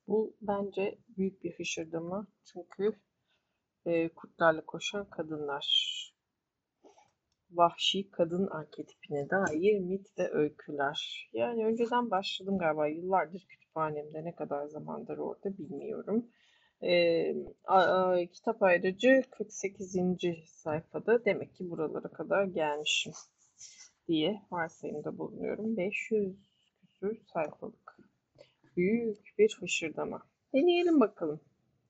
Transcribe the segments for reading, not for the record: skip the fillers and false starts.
Bu bence büyük bir hışırdama. Çünkü kurtlarla koşan kadınlar. Vahşi kadın arketipine dair mit ve öyküler. Yani önceden başladım galiba. Yıllardır kütüphanemde, ne kadar zamandır orada bilmiyorum. Kitap ayrıcı 48. sayfada, demek ki buralara kadar gelmişim diye varsayımda bulunuyorum. 500 küsür sayfalık. Büyük bir hışırdama. Deneyelim bakalım.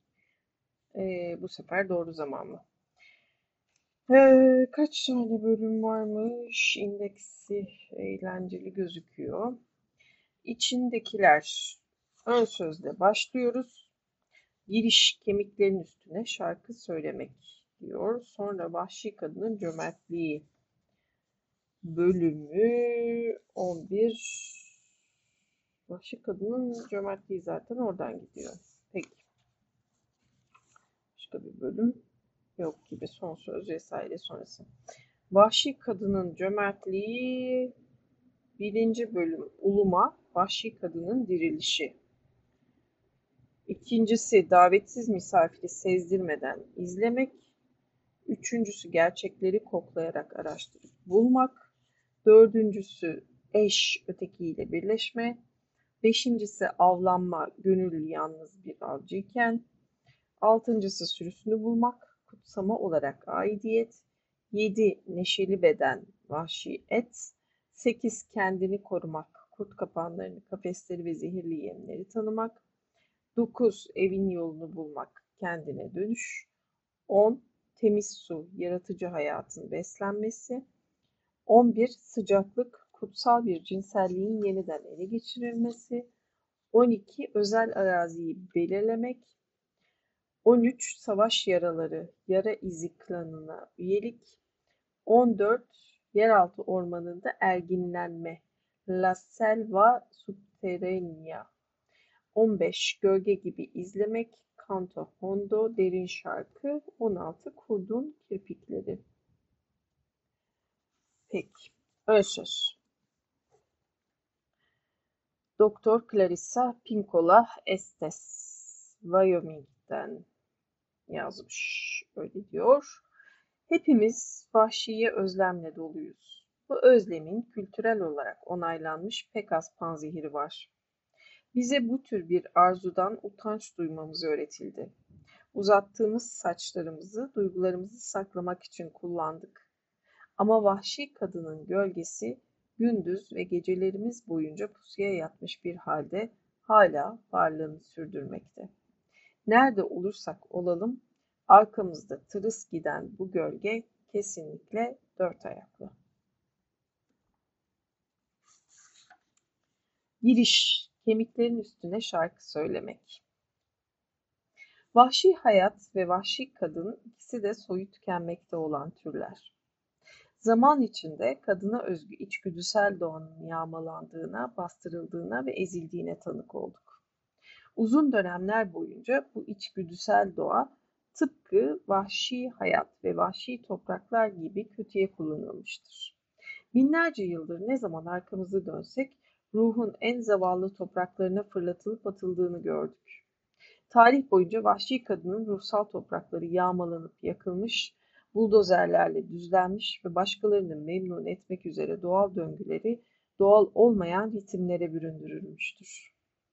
Bu sefer doğru zaman mı? Kaç tane bölüm varmış? İndeksi eğlenceli gözüküyor. İçindekiler. Ön sözle başlıyoruz. Giriş: kemiklerin üstüne şarkı söylemek diyor. Sonra vahşi kadının cömertliği bölümü 11. Vahşi kadının cömertliği zaten oradan gidiyor. Peki. Başka bir bölüm yok gibi. Son söz vesaire sonrası. Vahşi kadının cömertliği 1. bölüm uluma, vahşi kadının dirilişi. İkincisi davetsiz misafiri sezdirmeden izlemek. Üçüncüsü gerçekleri koklayarak araştırıp bulmak. Dördüncüsü eş ötekiyle birleşme. Beşincisi avlanma, gönüllü yalnız bir avcıyken. Altıncısı sürüsünü bulmak, kutsama olarak aidiyet. 7. Neşeli beden, vahşi et. 8. Kendini korumak, kurt kapanlarını, kafesleri ve zehirli yemleri tanımak. 9. Evin yolunu bulmak, kendine dönüş. 10. Temiz su, yaratıcı hayatın beslenmesi. 11. Sıcaklık, kutsal bir cinselliğin yeniden ele geçirilmesi. 12. Özel araziyi belirlemek. 13. Savaş yaraları, yara izi klanına üyelik. 14. Yeraltı ormanında erginlenme, La Selva Subterránea. 15. Gölge gibi izlemek, Canto Hondo, derin şarkı. 16. Kurdun kirpikleri. Peki. Ön söz. Doktor Clarissa Pinkola Estes, Wyoming'den yazmış. Öyle diyor. Hepimiz vahşiye özlemle doluyuz. Bu özlemin kültürel olarak onaylanmış pek az panzehiri var. Bize bu tür bir arzudan utanç duymamız öğretildi. Uzattığımız saçlarımızı duygularımızı saklamak için kullandık. Ama vahşi kadının gölgesi gündüz ve gecelerimiz boyunca pusuya yatmış bir halde hala varlığını sürdürmekte. Nerede olursak olalım, arkamızda tırıs giden bu gölge kesinlikle dört ayaklı. Giriş: kemiklerin üstüne şarkı söylemek. Vahşi hayat ve vahşi kadın ikisi de soyu tükenmekte olan türler. Zaman içinde kadına özgü içgüdüsel doğanın yağmalandığına, bastırıldığına ve ezildiğine tanık olduk. Uzun dönemler boyunca bu içgüdüsel doğa tıpkı vahşi hayat ve vahşi topraklar gibi kötüye kullanılmıştır. Binlerce yıldır ne zaman arkamızı dönsek ruhun en zavallı topraklarına fırlatılıp atıldığını gördük. Tarih boyunca vahşi kadının ruhsal toprakları yağmalanıp yakılmış, buldozerlerle düzlenmiş ve başkalarını memnun etmek üzere doğal döngüleri doğal olmayan ritimlere büründürülmüştür.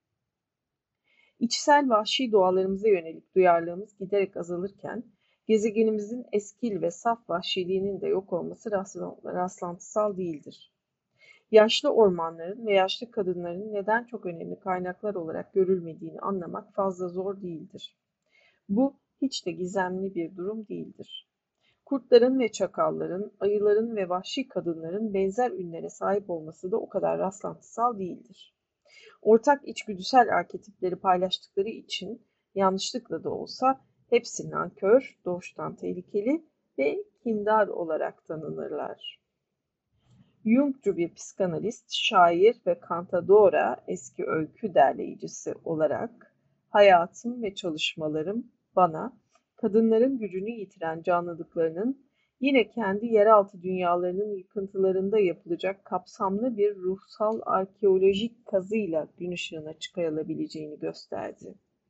İçsel vahşi doğalarımıza yönelik duyarlılığımız giderek azalırken, gezegenimizin eskil ve saf vahşiliğinin de yok olması rastlantısal değildir. Yaşlı ormanların ve yaşlı kadınların neden çok önemli kaynaklar olarak görülmediğini anlamak fazla zor değildir. Bu hiç de gizemli bir durum değildir. Kurtların ve çakalların, ayıların ve vahşi kadınların benzer ünlere sahip olması da o kadar rastlantısal değildir. Ortak içgüdüsel arketipleri paylaştıkları için yanlışlıkla da olsa hepsi nankör, doğuştan tehlikeli ve kindar olarak tanınırlar. Jungcu bir psikanalist, şair ve cantadora, eski öykü derleyicisi olarak hayatım ve çalışmalarım bana kadınların gücünü yitiren canlılıklarının Yine kendi yeraltı dünyalarının yıkıntılarında yapılacak kapsamlı bir ruhsal arkeolojik kazıyla gün ışığına çıkarılabileceğini gösterdi.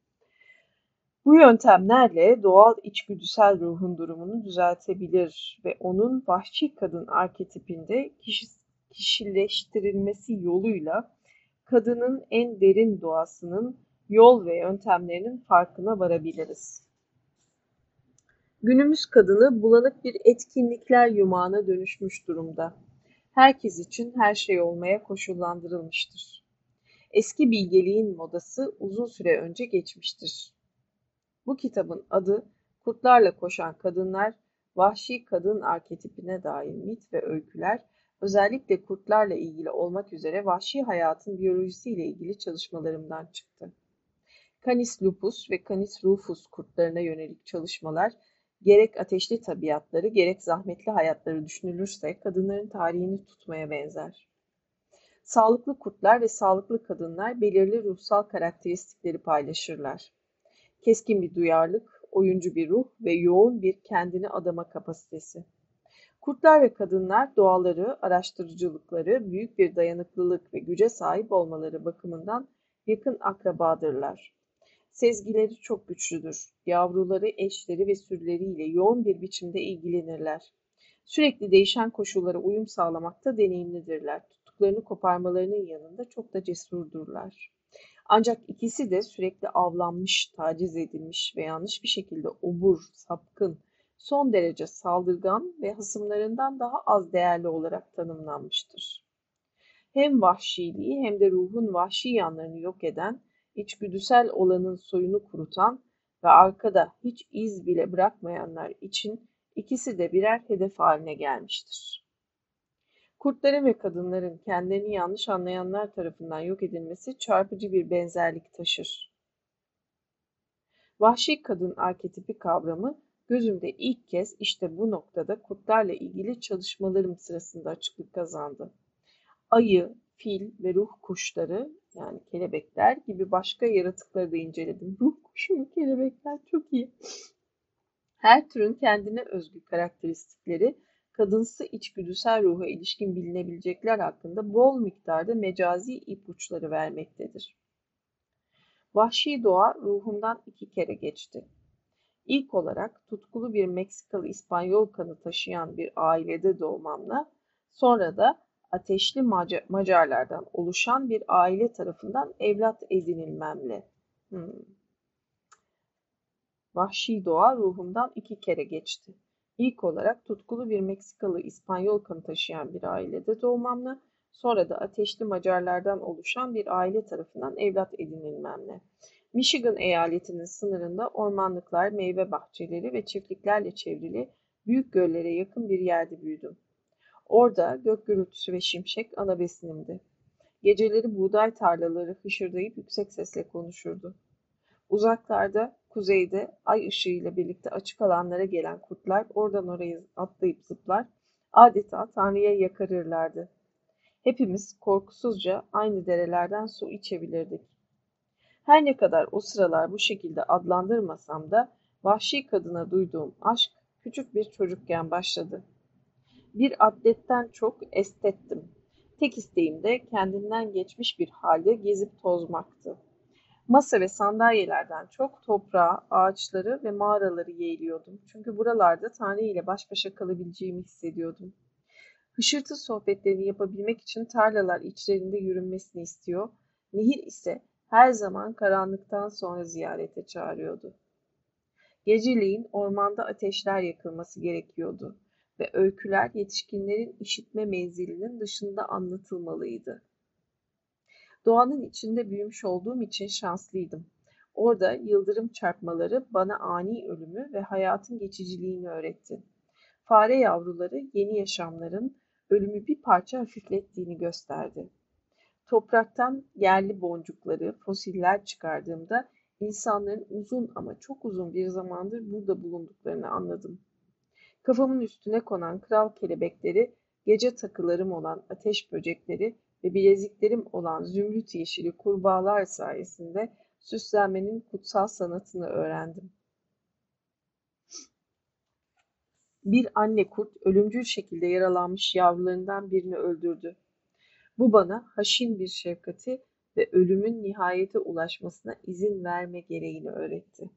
Bu yöntemlerle doğal içgüdüsel ruhun durumunu düzeltebilir ve onun vahşi kadın arketipinde kişileştirilmesi yoluyla kadının en derin doğasının yol ve yöntemlerinin farkına varabiliriz. Günümüz kadını bulanık bir etkinlikler yumağına dönüşmüş durumda. Herkes için her şey olmaya koşullandırılmıştır. Eski bilgeliğin modası uzun süre önce geçmiştir. Bu kitabın adı Kurtlarla Koşan Kadınlar, Vahşi Kadın Arketipine dair mit ve öyküler, özellikle kurtlarla ilgili olmak üzere vahşi hayatın biyolojisiyle ilgili çalışmalarımdan çıktı. Canis lupus ve Canis rufus kurtlarına yönelik çalışmalar, gerek ateşli tabiatları, gerek zahmetli hayatları düşünülürse kadınların tarihini tutmaya benzer. Sağlıklı kurtlar ve sağlıklı kadınlar belirli ruhsal karakteristikleri paylaşırlar. Keskin bir duyarlılık, oyuncu bir ruh ve yoğun bir kendini adama kapasitesi. Kurtlar ve kadınlar doğaları, araştırıcılıkları, büyük bir dayanıklılık ve güce sahip olmaları bakımından yakın akrabadırlar. Sezgileri çok güçlüdür. Yavruları, eşleri ve sürüleriyle yoğun bir biçimde ilgilenirler. Sürekli değişen koşullara uyum sağlamakta deneyimlidirler. Tuttuklarını koparmalarının yanında çok da cesurdurlar. Ancak ikisi de sürekli avlanmış, taciz edilmiş ve yanlış bir şekilde obur, sapkın, son derece saldırgan ve hasımlarından daha az değerli olarak tanımlanmıştır. Hem vahşiliği hem de ruhun vahşi yanlarını yok eden, içgüdüsel olanın soyunu kurutan ve arkada hiç iz bile bırakmayanlar için ikisi de birer hedef haline gelmiştir. Kurtların ve kadınların kendilerini yanlış anlayanlar tarafından yok edilmesi çarpıcı bir benzerlik taşır. Vahşi kadın arketipi kavramı gözümde ilk kez işte bu noktada kurtlarla ilgili çalışmalarım sırasında açıklık kazandı. Ayı, fil ve ruh kuşları yani kelebekler gibi başka yaratıkları da inceledim. Ruh kuşu mu kelebekler çok iyi. Her türün kendine özgü karakteristikleri, kadınsı içgüdüsel ruha ilişkin bilinebilecekler hakkında bol miktarda mecazi ipuçları vermektedir. Vahşi doğa ruhumdan 2 kere geçti. İlk olarak tutkulu bir Meksikalı İspanyol kanı taşıyan bir ailede doğmamla, sonra da ateşli Macarlardan oluşan bir aile tarafından evlat edinilmemle. Vahşi doğa ruhumdan 2 kere geçti. İlk olarak tutkulu bir Meksikalı İspanyol kanı taşıyan bir ailede doğmamla, sonra da ateşli Macarlardan oluşan bir aile tarafından evlat edinilmemle. Michigan eyaletinin sınırında ormanlıklar, meyve bahçeleri ve çiftliklerle çevrili büyük göllere yakın bir yerde büyüdüm. Orada gök gürültüsü ve şimşek ana besinimdi. Geceleri buğday tarlaları hışırdayıp yüksek sesle konuşurdu. Uzaklarda, kuzeyde, ay ışığıyla birlikte açık alanlara gelen kurtlar oradan oraya atlayıp zıplar, adeta Tanrı'ya yakarırlardı. Hepimiz korkusuzca aynı derelerden su içebilirdik. Her ne kadar o sıralar bu şekilde adlandırmasam da vahşi kadına duyduğum aşk küçük bir çocukken başladı. Bir atletten çok estettim. Tek isteğim de kendinden geçmiş bir halde gezip tozmaktı. Masa ve sandalyelerden çok toprağı, ağaçları ve mağaraları yeğliyordum. Çünkü buralarda Tanrı ile baş başa kalabileceğimi hissediyordum. Hışırtı sohbetlerini yapabilmek için tarlalar içlerinde yürünmesini istiyor, nehir ise her zaman karanlıktan sonra ziyarete çağırıyordu. Geceleyin ormanda ateşler yakılması gerekiyordu ve öyküler yetişkinlerin işitme menzilinin dışında anlatılmalıydı. Doğanın içinde büyümüş olduğum için şanslıydım. Orada yıldırım çarpmaları bana ani ölümü ve hayatın geçiciliğini öğretti. Fare yavruları yeni yaşamların ölümü bir parça hafiflettiğini gösterdi. Topraktan yerli boncukları, fosiller çıkardığımda insanların uzun ama çok uzun bir zamandır burada bulunduklarını anladım. Kafamın üstüne konan kral kelebekleri, gece takılarım olan ateş böcekleri ve bileziklerim olan zümrüt yeşili kurbağalar sayesinde süslenmenin kutsal sanatını öğrendim. Bir anne kurt ölümcül şekilde yaralanmış yavrularından birini öldürdü. Bu bana haşin bir şefkati ve ölümün nihayete ulaşmasına izin verme gereğini öğretti.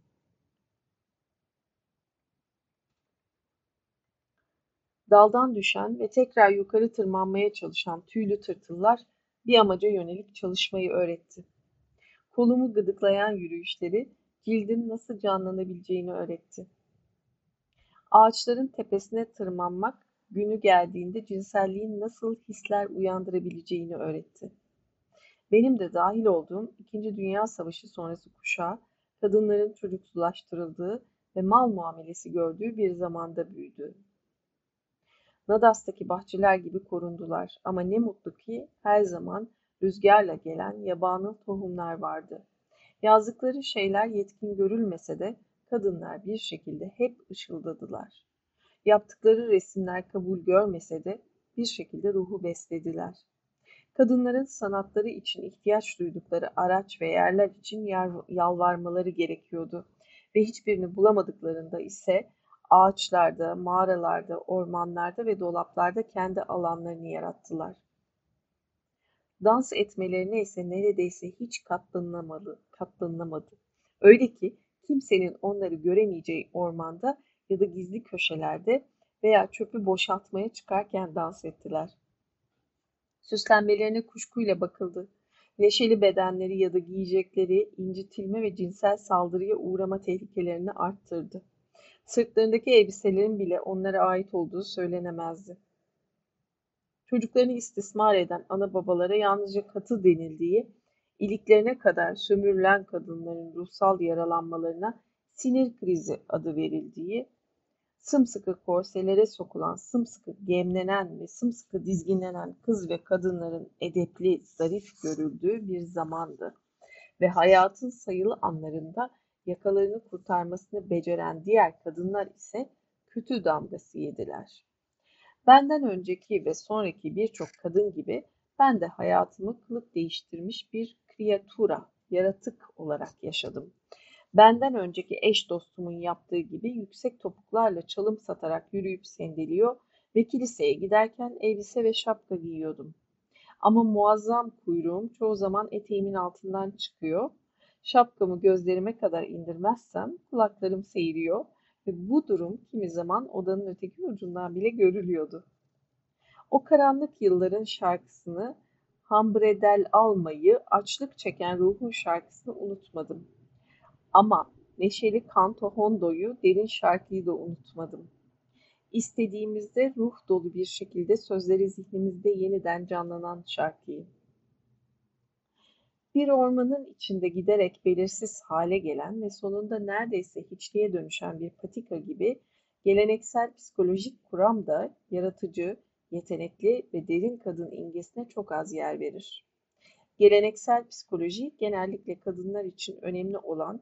Daldan düşen ve tekrar yukarı tırmanmaya çalışan tüylü tırtıllar bir amaca yönelik çalışmayı öğretti. Kolumu gıdıklayan yürüyüşleri cildin nasıl canlanabileceğini öğretti. Ağaçların tepesine tırmanmak günü geldiğinde cinselliğin nasıl hisler uyandırabileceğini öğretti. Benim de dahil olduğum İkinci Dünya Savaşı sonrası kuşağı, kadınların çocuksuzlaştırıldığı ve mal muamelesi gördüğü bir zamanda büyüdü. Nadas'taki bahçeler gibi korundular ama ne mutlu ki her zaman rüzgarla gelen yabani tohumlar vardı. Yazdıkları şeyler yetkin görülmese de kadınlar bir şekilde hep ışıldadılar. Yaptıkları resimler kabul görmese de bir şekilde ruhu beslediler. Kadınların sanatları için ihtiyaç duydukları araç ve yerler için yalvarmaları gerekiyordu ve hiçbirini bulamadıklarında ise ağaçlarda, mağaralarda, ormanlarda ve dolaplarda kendi alanlarını yarattılar. Dans etmelerine ise neredeyse hiç katlanılamadı. Öyle ki kimsenin onları göremeyeceği ormanda ya da gizli köşelerde veya çöpü boşaltmaya çıkarken dans ettiler. Süslenmelerine kuşkuyla bakıldı. Neşeli bedenleri ya da giyecekleri incitilme ve cinsel saldırıya uğrama tehlikelerini arttırdı. Sırtlarındaki elbiselerin bile onlara ait olduğu söylenemezdi. Çocuklarını istismar eden ana babalara yalnızca katı denildiği, iliklerine kadar sömürülen kadınların ruhsal yaralanmalarına sinir krizi adı verildiği, sımsıkı korselere sokulan, sımsıkı gemlenen ve sımsıkı dizginlenen kız ve kadınların edepli, zarif görüldüğü bir zamandı. Ve hayatın sayılı anlarında yakalarını kurtarmasını beceren diğer kadınlar ise kötü damgası yediler. Benden önceki ve sonraki birçok kadın gibi ben de hayatımı kılık değiştirmiş bir kreatura, yaratık olarak yaşadım. Benden önceki eş dostumun yaptığı gibi yüksek topuklarla çalım satarak yürüyüp sendeliyor ve kiliseye giderken elbise ve şapka giyiyordum. Ama muazzam kuyruğum çoğu zaman eteğimin altından çıkıyor. Şapkamı gözlerime kadar indirmezsem kulaklarım seyiriyor ve bu durum kimi zaman odanın öteki ucundan bile görülüyordu. O karanlık yılların şarkısını, Hambredel Almayı, açlık çeken ruhun şarkısını unutmadım. Ama neşeli Canto Hondo'yu, derin şarkıyı da unutmadım. İstediğimizde ruh dolu bir şekilde sözleri zihnimizde yeniden canlanan şarkıyı. Bir ormanın içinde giderek belirsiz hale gelen ve sonunda neredeyse hiçliğe dönüşen bir patika gibi geleneksel psikolojik kuram da yaratıcı, yetenekli ve derin kadın imgesine çok az yer verir. Geleneksel psikoloji genellikle kadınlar için önemli olan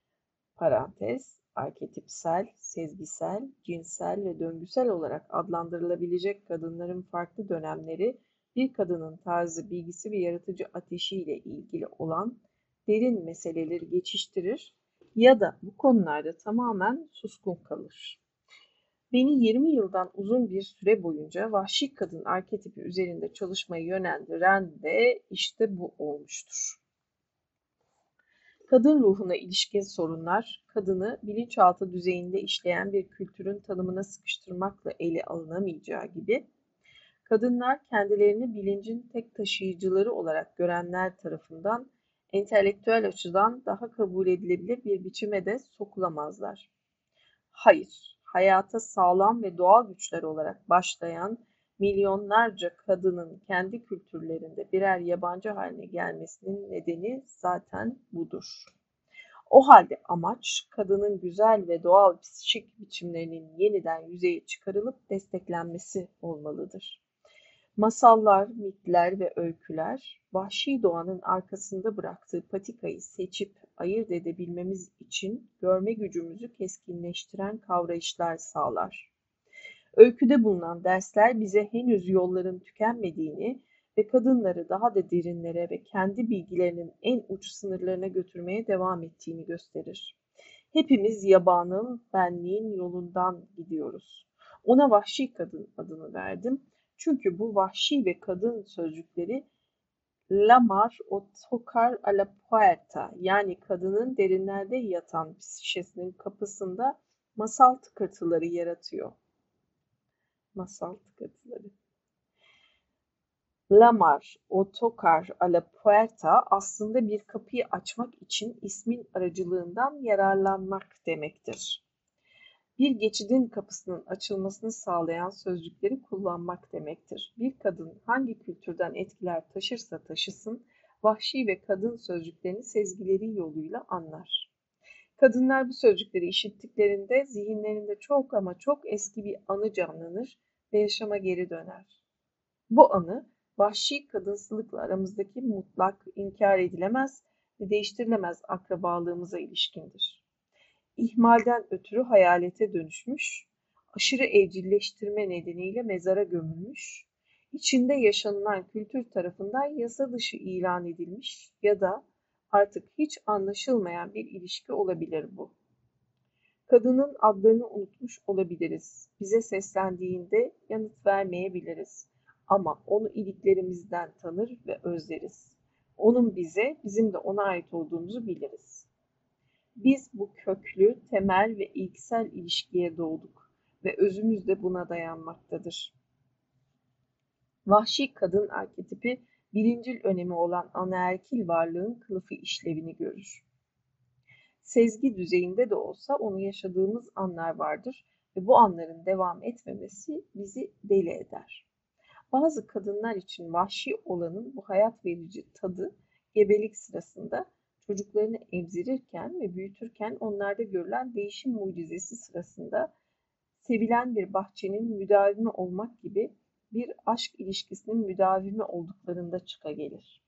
arketipsel, sezgisel, cinsel ve döngüsel olarak adlandırılabilecek kadınların farklı dönemleri, bir kadının tarzı, bilgisi ve yaratıcı ateşiyle ilgili olan derin meseleleri geçiştirir ya da bu konularda tamamen suskun kalır. Beni 20 yıldan uzun bir süre boyunca vahşi kadın arketipi üzerinde çalışmayı yönlendiren de işte bu olmuştur. Kadın ruhuna ilişkin sorunlar, kadını bilinçaltı düzeyinde işleyen bir kültürün tanımına sıkıştırmakla ele alınamayacağı gibi, kadınlar kendilerini bilincin tek taşıyıcıları olarak görenler tarafından entelektüel açıdan daha kabul edilebilir bir biçime de sokulamazlar. Hayır, hayata sağlam ve doğal güçler olarak başlayan milyonlarca kadının kendi kültürlerinde birer yabancı haline gelmesinin nedeni zaten budur. O halde amaç, kadının güzel ve doğal psikik biçimlerinin yeniden yüzeye çıkarılıp desteklenmesi olmalıdır. Masallar, mitler ve öyküler, vahşi doğanın arkasında bıraktığı patikayı seçip ayırt edebilmemiz için görme gücümüzü keskinleştiren kavrayışlar sağlar. Öyküde bulunan dersler bize henüz yolların tükenmediğini ve kadınları daha da derinlere ve kendi bilgilerinin en uç sınırlarına götürmeye devam ettiğini gösterir. Hepimiz yabanıl benliğin yolundan gidiyoruz. Ona vahşi kadın adını verdim. Çünkü bu vahşi ve kadın sözcükleri la mar o tocar a la puerta, yani kadının derinlerde yatan psikisinin kapısında masal tıkırtıları yaratıyor. Masal tıkırtıları. Lamar, o tocar a la puerta aslında bir kapıyı açmak için ismin aracılığından yararlanmak demektir. Bir geçidin kapısının açılmasını sağlayan sözcükleri kullanmak demektir. Bir kadın hangi kültürden etkiler taşırsa taşısın, vahşi ve kadın sözcüklerini sezgileri yoluyla anlar. Kadınlar bu sözcükleri işittiklerinde zihinlerinde çok ama çok eski bir anı canlanır ve yaşama geri döner. Bu anı vahşi kadınsılıkla aramızdaki mutlak, inkar edilemez ve değiştirilemez akrabalığımıza ilişkindir. İhmalden ötürü hayalete dönüşmüş, aşırı evcilleştirme nedeniyle mezara gömülmüş, içinde yaşanılan kültür tarafından yasa dışı ilan edilmiş ya da artık hiç anlaşılmayan bir ilişki olabilir bu. Kadının adlarını unutmuş olabiliriz. Bize seslendiğinde yanıt vermeyebiliriz. Ama onu iliklerimizden tanır ve özleriz. Onun bize, bizim de ona ait olduğumuzu biliriz. Biz bu köklü, temel ve ilksel ilişkiye doğduk ve özümüz de buna dayanmaktadır. Vahşi kadın arketipi birincil önemi olan anaerkil varlığın kılıfı işlevini görür. Sezgi düzeyinde de olsa onu yaşadığımız anlar vardır ve bu anların devam etmemesi bizi deli eder. Bazı kadınlar için vahşi olanın bu hayat verici tadı gebelik sırasında, çocuklarını emzirirken ve büyütürken onlarda görülen değişim mucizesi sırasında, sevilen bir bahçenin müdavimi olmak gibi bir aşk ilişkisinin müdavimi olduklarında çıkagelir.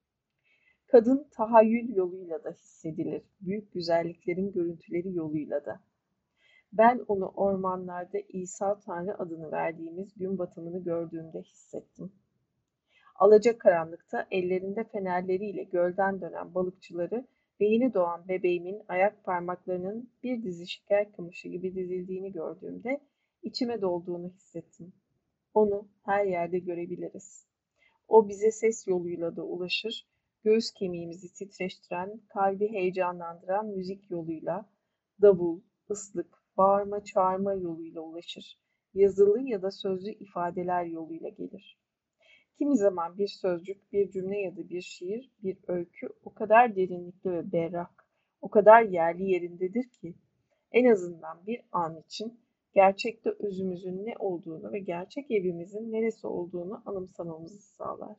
Kadın tahayyül yoluyla da hissedilir, büyük güzelliklerin görüntüleri yoluyla da. Ben onu ormanlarda İsa Tanrı adını verdiğimiz gün batımını gördüğümde hissettim. Alacakaranlıkta ellerinde fenerleriyle gölden dönen balıkçıları ve yeni doğan bebeğimin ayak parmaklarının bir dizi şeker kamışı gibi dizildiğini gördüğümde içime dolduğunu hissettim. Onu her yerde görebiliriz. O bize ses yoluyla da ulaşır, göğüs kemiğimizi titreştiren, kalbi heyecanlandıran müzik yoluyla, davul, ıslık, bağırma çağırma yoluyla ulaşır, yazılı ya da sözlü ifadeler yoluyla gelir. Kimi zaman bir sözcük, bir cümle ya da bir şiir, bir öykü o kadar derinlikli ve berrak, o kadar yerli yerindedir ki, en azından bir an için gerçekte özümüzün ne olduğunu ve gerçek evimizin neresi olduğunu anımsamamızı sağlar.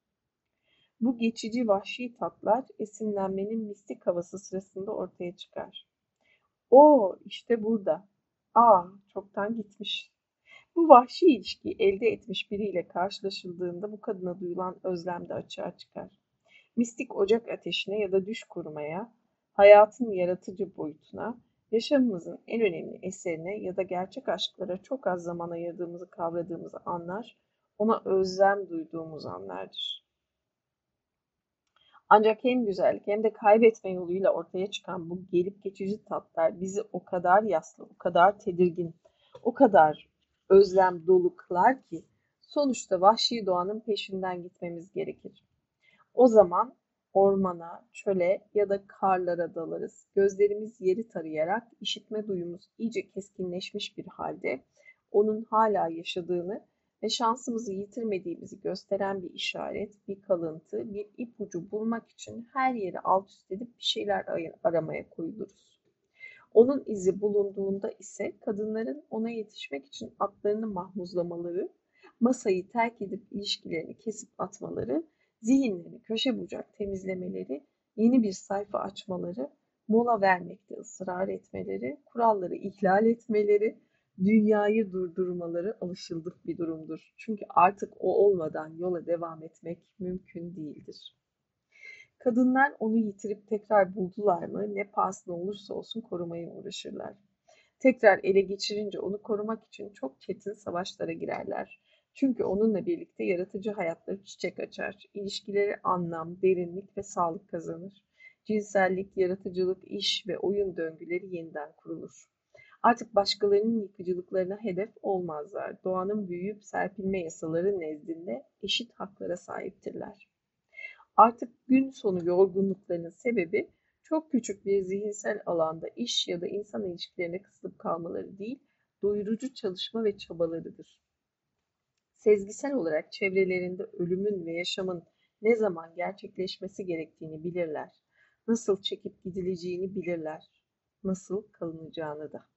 Bu geçici vahşi tatlar esinlenmenin mistik havası sırasında ortaya çıkar. O işte burada. Aa, çoktan gitmiş. Bu vahşi ilişkiyi elde etmiş biriyle karşılaşıldığında bu kadına duyulan özlem de açığa çıkar. Mistik ocak ateşine ya da düş kurmaya, hayatın yaratıcı boyutuna, yaşamımızın en önemli eserine ya da gerçek aşklara çok az zaman ayırdığımızı kavradığımız anlar, ona özlem duyduğumuz anlardır. Ancak hem güzellik hem de kaybetme yoluyla ortaya çıkan bu gelip geçici tatlar bizi o kadar yaslı, o kadar tedirgin, o kadar özlem dolu kılar ki sonuçta vahşi doğanın peşinden gitmemiz gerekir. O zaman ormana, çöle ya da karlara dalarız. Gözlerimiz yeri tarayarak işitme duyumuz iyice keskinleşmiş bir halde onun hala yaşadığını ve şansımızı yitirmediğimizi gösteren bir işaret, bir kalıntı, bir ipucu bulmak için her yeri alt üst edip bir şeyler aramaya koyuluruz. Onun izi bulunduğunda ise kadınların ona yetişmek için atlarını mahmuzlamaları, masayı terk edip ilişkilerini kesip atmaları, zihinlerini köşe bucak temizlemeleri, yeni bir sayfa açmaları, mola vermekte ısrar etmeleri, kuralları ihlal etmeleri, dünyayı durdurmaları alışıldık bir durumdur. Çünkü artık o olmadan yola devam etmek mümkün değildir. Kadınlar onu yitirip tekrar buldular mı ne pahasına olursa olsun korumaya uğraşırlar. Tekrar ele geçirince onu korumak için çok çetin savaşlara girerler. Çünkü onunla birlikte yaratıcı hayatları çiçek açar. İlişkileri anlam, derinlik ve sağlık kazanır. Cinsellik, yaratıcılık, iş ve oyun döngüleri yeniden kurulur. Artık başkalarının yıkıcılıklarına hedef olmazlar. Doğanın büyüyüp serpilme yasaları nezdinde eşit haklara sahiptirler. Artık gün sonu yorgunluklarının sebebi çok küçük bir zihinsel alanda iş ya da insan ilişkilerine kısılıp kalmaları değil, doyurucu çalışma ve çabalarıdır. Sezgisel olarak çevrelerinde ölümün ve yaşamın ne zaman gerçekleşmesi gerektiğini bilirler. Nasıl çekip gidileceğini bilirler. Nasıl kalınacağını da.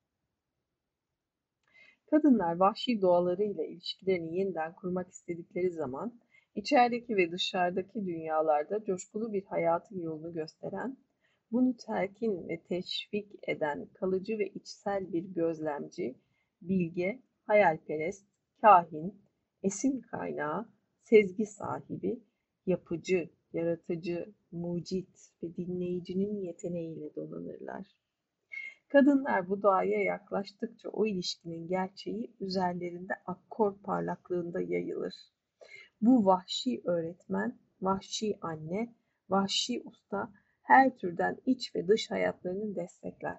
Kadınlar vahşi doğalarıyla ilişkilerini yeniden kurmak istedikleri zaman, içerideki ve dışarıdaki dünyalarda coşkulu bir hayatın yolunu gösteren, bunu telkin ve teşvik eden kalıcı ve içsel bir gözlemci, bilge, hayalperest, kahin, esin kaynağı, sezgi sahibi, yapıcı, yaratıcı, mucit ve dinleyicinin yeteneğiyle donanırlar. Kadınlar bu doğaya yaklaştıkça o ilişkinin gerçeği üzerlerinde akkor parlaklığında yayılır. Bu vahşi öğretmen, vahşi anne, vahşi usta her türden iç ve dış hayatlarını destekler.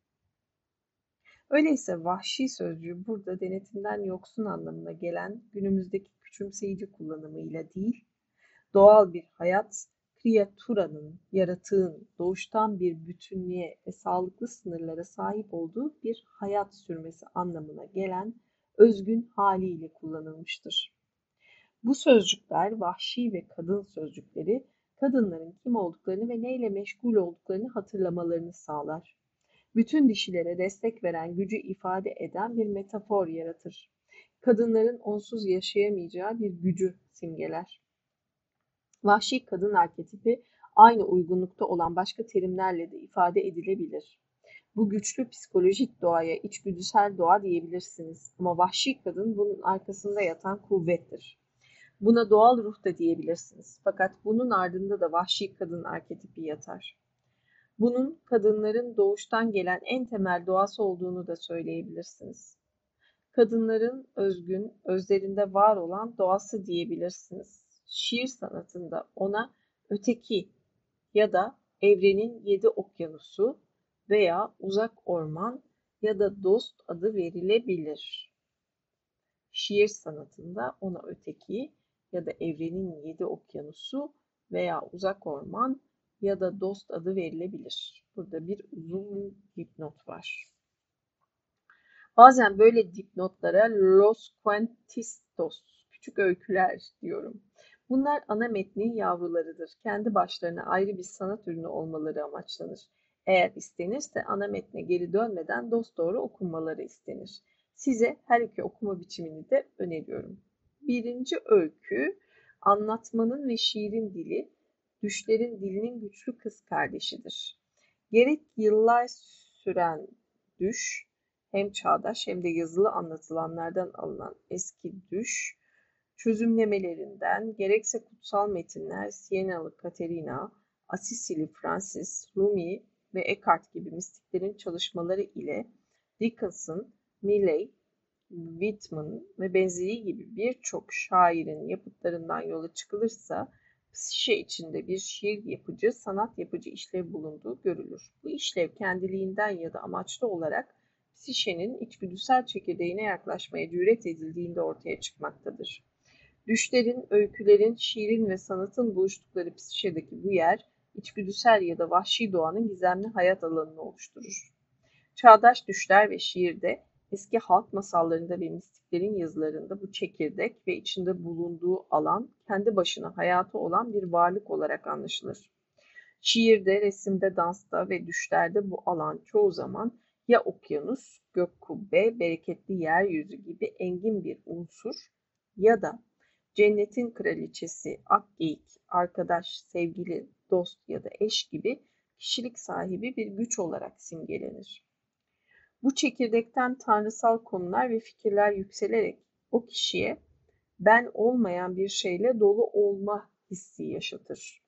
Öyleyse vahşi sözcüğü burada denetimden yoksun anlamına gelen günümüzdeki küçümseyici kullanımıyla değil, doğal bir hayat, kreaturanın, yaratığın doğuştan bir bütünlüğe ve sağlıklı sınırlara sahip olduğu bir hayat sürmesi anlamına gelen özgün haliyle kullanılmıştır. Bu sözcükler vahşi ve kadın sözcükleri, kadınların kim olduklarını ve neyle meşgul olduklarını hatırlamalarını sağlar. Bütün dişilere destek veren gücü ifade eden bir metafor yaratır. Kadınların onsuz yaşayamayacağı bir gücü simgeler. Vahşi kadın arketipi aynı uygunlukta olan başka terimlerle de ifade edilebilir. Bu güçlü psikolojik doğaya içgüdüsel doğa diyebilirsiniz ama vahşi kadın bunun arkasında yatan kuvvettir. Buna doğal ruh da diyebilirsiniz. Fakat bunun ardında da vahşi kadın arketipi yatar. Bunun kadınların doğuştan gelen en temel doğası olduğunu da söyleyebilirsiniz. Kadınların özgün, özlerinde var olan doğası diyebilirsiniz. Şiir sanatında ona öteki ya da evrenin 7 okyanusu veya uzak orman ya da dost adı verilebilir. Şiir sanatında ona öteki ya da evrenin 7 okyanusu veya uzak orman ya da dost adı verilebilir. Burada bir uzun dipnot var. Bazen böyle dipnotlara Los Cuentistos, küçük öyküler diyorum. Bunlar ana metnin yavrularıdır. Kendi başlarına ayrı bir sanat ürünü olmaları amaçlanır. Eğer istenirse ana metne geri dönmeden dosdoğru okunmaları istenir. Size her iki okuma biçimini de öneriyorum. Birinci öykü, anlatmanın ve şiirin dili, düşlerin dilinin güçlü kız kardeşidir. Gerek yıllar süren düş, hem çağdaş hem de yazılı anlatılanlardan alınan eski düş çözümlemelerinden, gerekse kutsal metinler Sienalı Katerina, Asisili Francis, Rumi ve Eckhart gibi mistiklerin çalışmaları ile Dickens'ın, Millay, Whitman ve benzeri gibi birçok şairin yapıtlarından yola çıkılırsa, psişe içinde bir şiir yapıcı, sanat yapıcı işlev bulunduğu görülür. Bu işlev kendiliğinden ya da amaçlı olarak psişenin içgüdüsel çekirdeğine yaklaşmaya cüret edildiğinde ortaya çıkmaktadır. Düşlerin, öykülerin, şiirin ve sanatın buluştukları psişedeki bu yer, içgüdüsel ya da vahşi doğanın gizemli hayat alanını oluşturur. Çağdaş düşler ve şiirde, eski halk masallarında ve mistiklerin yazılarında bu çekirdek ve içinde bulunduğu alan kendi başına hayatı olan bir varlık olarak anlaşılır. Şiirde, resimde, dansta ve düşlerde bu alan çoğu zaman ya okyanus, gök kubbe, bereketli yeryüzü gibi engin bir unsur ya da cennetin kraliçesi, akgeyik, arkadaş, sevgili, dost ya da eş gibi kişilik sahibi bir güç olarak simgelenir. Bu çekirdekten tanrısal konular ve fikirler yükselerek o kişiye ben olmayan bir şeyle dolu olma hissi yaşatır.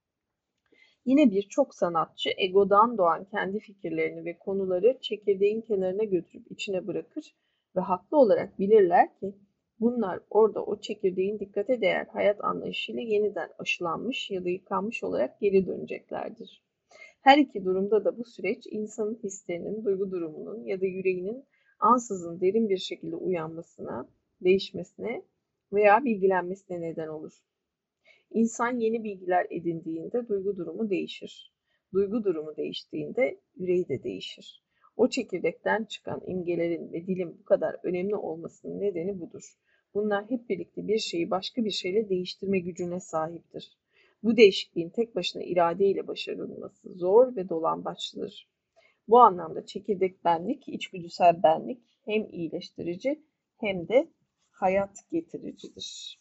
Yine birçok sanatçı egodan doğan kendi fikirlerini ve konuları çekirdeğin kenarına götürüp içine bırakır ve haklı olarak bilirler ki bunlar orada o çekirdeğin dikkate değer hayat anlayışıyla yeniden aşılanmış ya da yıkanmış olarak geri döneceklerdir. Her iki durumda da bu süreç insanın hislerinin, duygu durumunun ya da yüreğinin ansızın derin bir şekilde uyanmasına, değişmesine veya bilgilenmesine neden olur. İnsan yeni bilgiler edindiğinde duygu durumu değişir. Duygu durumu değiştiğinde yüreği de değişir. O çekirdekten çıkan imgelerin ve dilin bu kadar önemli olmasının nedeni budur. Bunlar hep birlikte bir şeyi başka bir şeyle değiştirme gücüne sahiptir. Bu değişikliğin tek başına iradeyle başarılması zor ve dolambaçlıdır. Bu anlamda çekirdek benlik, içgüdüsel benlik hem iyileştirici hem de hayat getiricidir.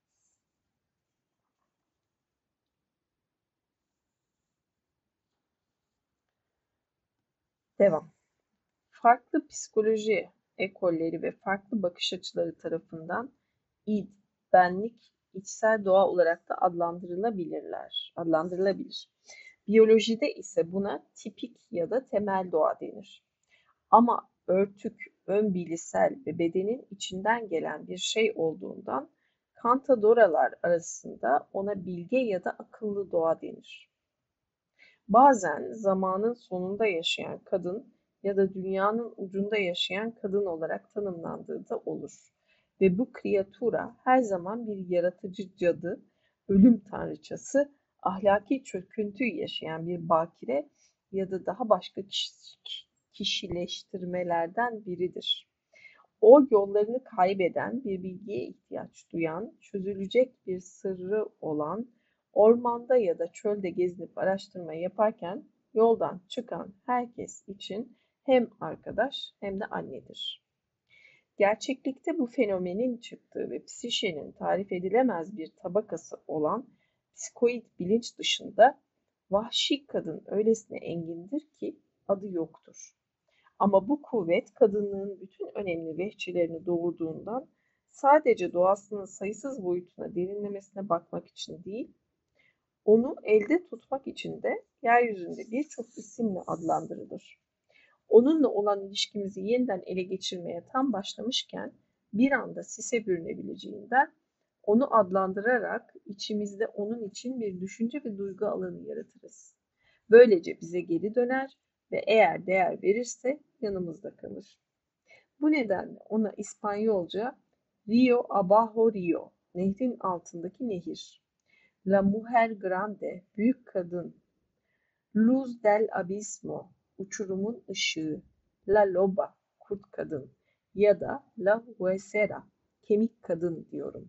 Devam. Farklı psikoloji ekolleri ve farklı bakış açıları tarafından id, benlik, içsel doğa olarak da adlandırılabilir. Biyolojide ise buna tipik ya da temel doğa denir. Ama örtük, ön bilişsel ve bedenin içinden gelen bir şey olduğundan kantadoralar arasında ona bilge ya da akıllı doğa denir. Bazen zamanın sonunda yaşayan kadın ya da dünyanın ucunda yaşayan kadın olarak tanımlandığı da olur. Ve bu kreatura her zaman bir yaratıcı cadı, ölüm tanrıçası, ahlaki çöküntüyü yaşayan bir bakire ya da daha başka kişileştirmelerden biridir. O yollarını kaybeden, bir bilgiye ihtiyaç duyan, çözülecek bir sırrı olan, ormanda ya da çölde gezinip araştırma yaparken yoldan çıkan herkes için hem arkadaş hem de annedir. Gerçeklikte bu fenomenin çıktığı ve psişenin tarif edilemez bir tabakası olan psikoid bilinç dışında vahşi kadın öylesine engindir ki adı yoktur. Ama bu kuvvet kadınlığın bütün önemli vehçilerini doğurduğundan sadece doğasının sayısız boyutuna derinlemesine bakmak için değil, onu elde tutmak için de yeryüzünde birçok isimle adlandırılır. Onunla olan ilişkimizi yeniden ele geçirmeye tam başlamışken bir anda sise bürünebileceğinden onu adlandırarak içimizde onun için bir düşünce ve duygu alanı yaratırız. Böylece bize geri döner ve eğer değer verirse yanımızda kalır. Bu nedenle ona İspanyolca Rio Abajo Rio, nehrin altındaki nehir, La Mujer Grande, büyük kadın, Luz del Abismo, uçurumun ışığı, La Loba, kurt kadın ya da La Huesera, kemik kadın diyorum.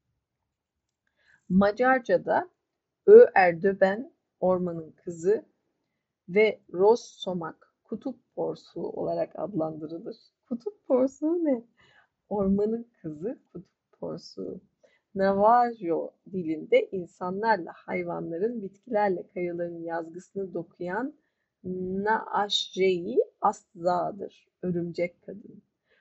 Macarca'da Öerdöben, ormanın kızı ve Ros Somak, kutup porsuğu olarak adlandırılır. Kutup porsuğu ne? Ormanın kızı, kutup porsuğu. Navajo dilinde insanlarla hayvanların, bitkilerle kayaların yazgısını dokuyan Naashreyi Astza'dır, örümcek kadın.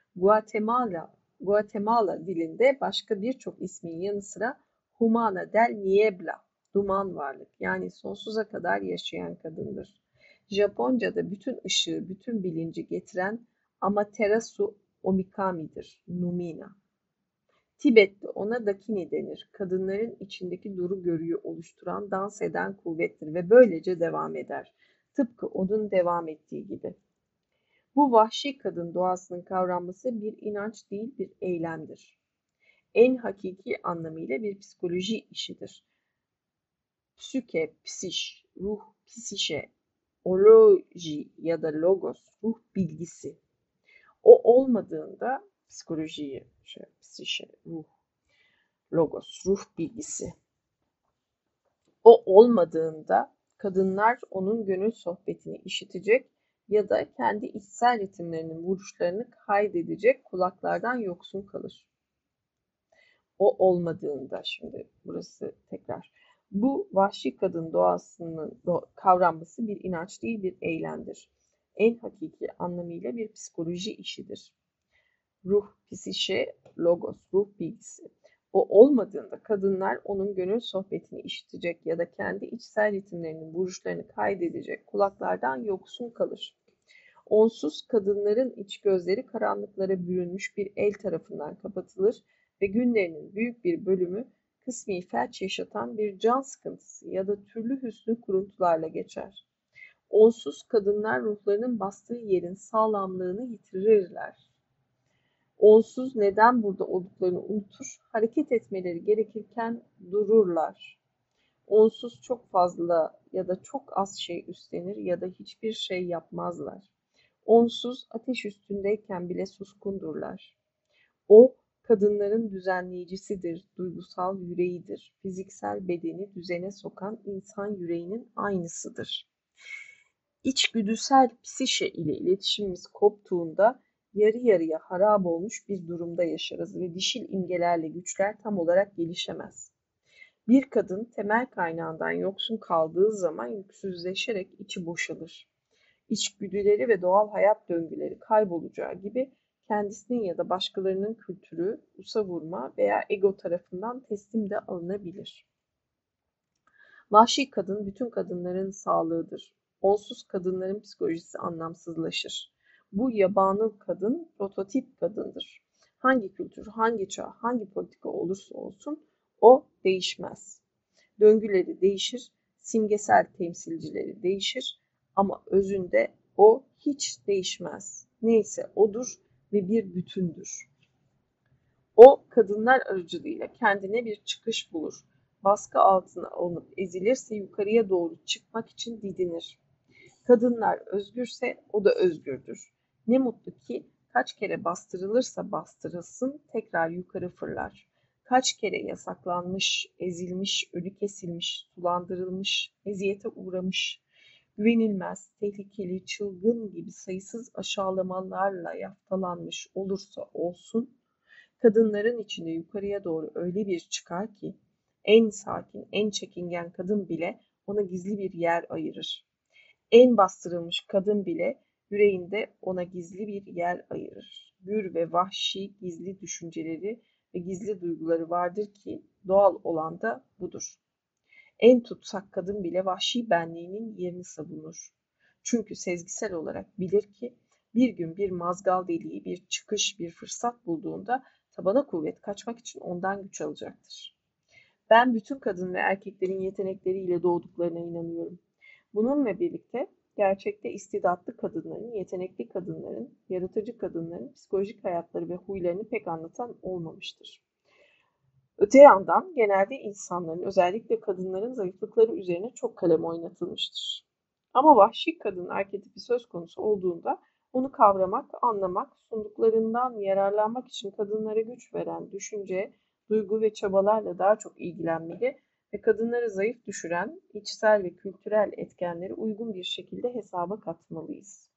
Guatemala dilinde başka birçok ismin yanı sıra Humana del Niebla, duman varlık, yani sonsuza kadar yaşayan kadındır. Japonca'da bütün ışığı, bütün bilinci getiren Amaterasu Omikami'dir, Numina. Tibet'te ona Dakini denir. Kadınların içindeki duru görüyü oluşturan, dans eden kuvvettir ve böylece devam eder. Tıpkı onun devam ettiği gibi. Bu vahşi kadın doğasının kavranması bir inanç değil, bir eylemdir. En hakiki anlamıyla bir psikoloji işidir. Psüke, psiş, ruh, psişe, oloji ya da logos, ruh bilgisi. O olmadığında psikolojiyi, psişe, ruh, logos, ruh bilgisi. O olmadığında kadınlar onun gönül sohbetini işitecek ya da kendi içsel ritimlerinin vuruşlarını kaydedecek kulaklardan yoksun kalır. O olmadığında, şimdi burası tekrar. Bu vahşi kadın doğasının kavranması bir inanç değil, bir eylemdir. En hakiki anlamıyla bir psikoloji işidir. Ruh, psişe, logos, ruh bilgisi. O olmadığında kadınlar onun gönül sohbetini işitecek ya da kendi içsel ritimlerinin vuruşlarını kaydedecek kulaklardan yoksun kalır. Onsuz kadınların iç gözleri karanlıklara bürünmüş bir el tarafından kapatılır ve günlerinin büyük bir bölümü kısmi felç yaşatan bir can sıkıntısı ya da türlü hüsnü kuruntularla geçer. Onsuz kadınlar ruhlarının bastığı yerin sağlamlığını yitirirler. Onsuz neden burada olduklarını unutur, hareket etmeleri gerekirken dururlar. Onsuz çok fazla ya da çok az şey üstlenir ya da hiçbir şey yapmazlar. Onsuz ateş üstündeyken bile suskundurlar. O, kadınların düzenleyicisidir, duygusal yüreğidir, fiziksel bedeni düzene sokan insan yüreğinin aynısıdır. İçgüdüsel psişe ile iletişimimiz koptuğunda yarı yarıya harap olmuş bir durumda yaşarız ve dişil imgelerle güçler tam olarak gelişemez. Bir kadın temel kaynağından yoksun kaldığı zaman yüksüzleşerek içi boşalır. İçgüdüleri ve doğal hayat döngüleri kaybolacağı gibi kendisinin ya da başkalarının kültürü, usa vurma veya ego tarafından teslim de alınabilir. Vahşi kadın bütün kadınların sağlığıdır. Onsuz kadınların psikolojisi anlamsızlaşır. Bu yabanıl kadın prototip kadındır. Hangi kültür, hangi çağ, hangi politika olursa olsun o değişmez. Döngüleri değişir, simgesel temsilcileri değişir ama özünde o hiç değişmez. Neyse odur ve bir bütündür. O kadınlar aracılığıyla kendine bir çıkış bulur. Baskı altına alınıp ezilirse yukarıya doğru çıkmak için didinir. Kadınlar özgürse o da özgürdür. Ne mutlu ki kaç kere bastırılırsa bastırılsın tekrar yukarı fırlar. Kaç kere yasaklanmış, ezilmiş, ölü kesilmiş, sulandırılmış, eziyete uğramış, güvenilmez, tehlikeli, çılgın gibi sayısız aşağılamalarla yaftalanmış olursa olsun, kadınların içinde yukarıya doğru öyle bir çıkar ki, en sakin, en çekingen kadın bile ona gizli bir yer ayırır. En bastırılmış kadın bile yüreğinde ona gizli bir yer ayırır. Gür ve vahşi gizli düşünceleri ve gizli duyguları vardır ki doğal olan da budur. En tutsak kadın bile vahşi benliğinin yerini savunur. Çünkü sezgisel olarak bilir ki bir gün bir mazgal deliği, bir çıkış, bir fırsat bulduğunda tabana kuvvet kaçmak için ondan güç alacaktır. Ben bütün kadın ve erkeklerin yetenekleriyle doğduklarına inanıyorum. Bununla birlikte gerçekte istidatlı kadınların, yetenekli kadınların, yaratıcı kadınların psikolojik hayatları ve huylarını pek anlatan olmamıştır. Öte yandan genelde insanların, özellikle kadınların zayıflıkları üzerine çok kalem oynatılmıştır. Ama vahşi kadın arketipi söz konusu olduğunda onu kavramak, anlamak, sunduklarından yararlanmak için kadınlara güç veren düşünce, duygu ve çabalarla daha çok ilgilenmeli ve kadınları zayıf düşüren içsel ve kültürel etkenleri uygun bir şekilde hesaba katmalıyız.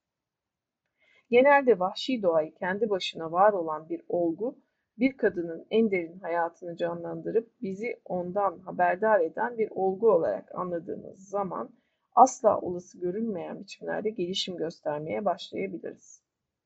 Genelde vahşi doğayı kendi başına var olan bir olgu, bir kadının en derin hayatını canlandırıp bizi ondan haberdar eden bir olgu olarak anladığımız zaman asla olası görünmeyen biçimlerde gelişim göstermeye başlayabiliriz.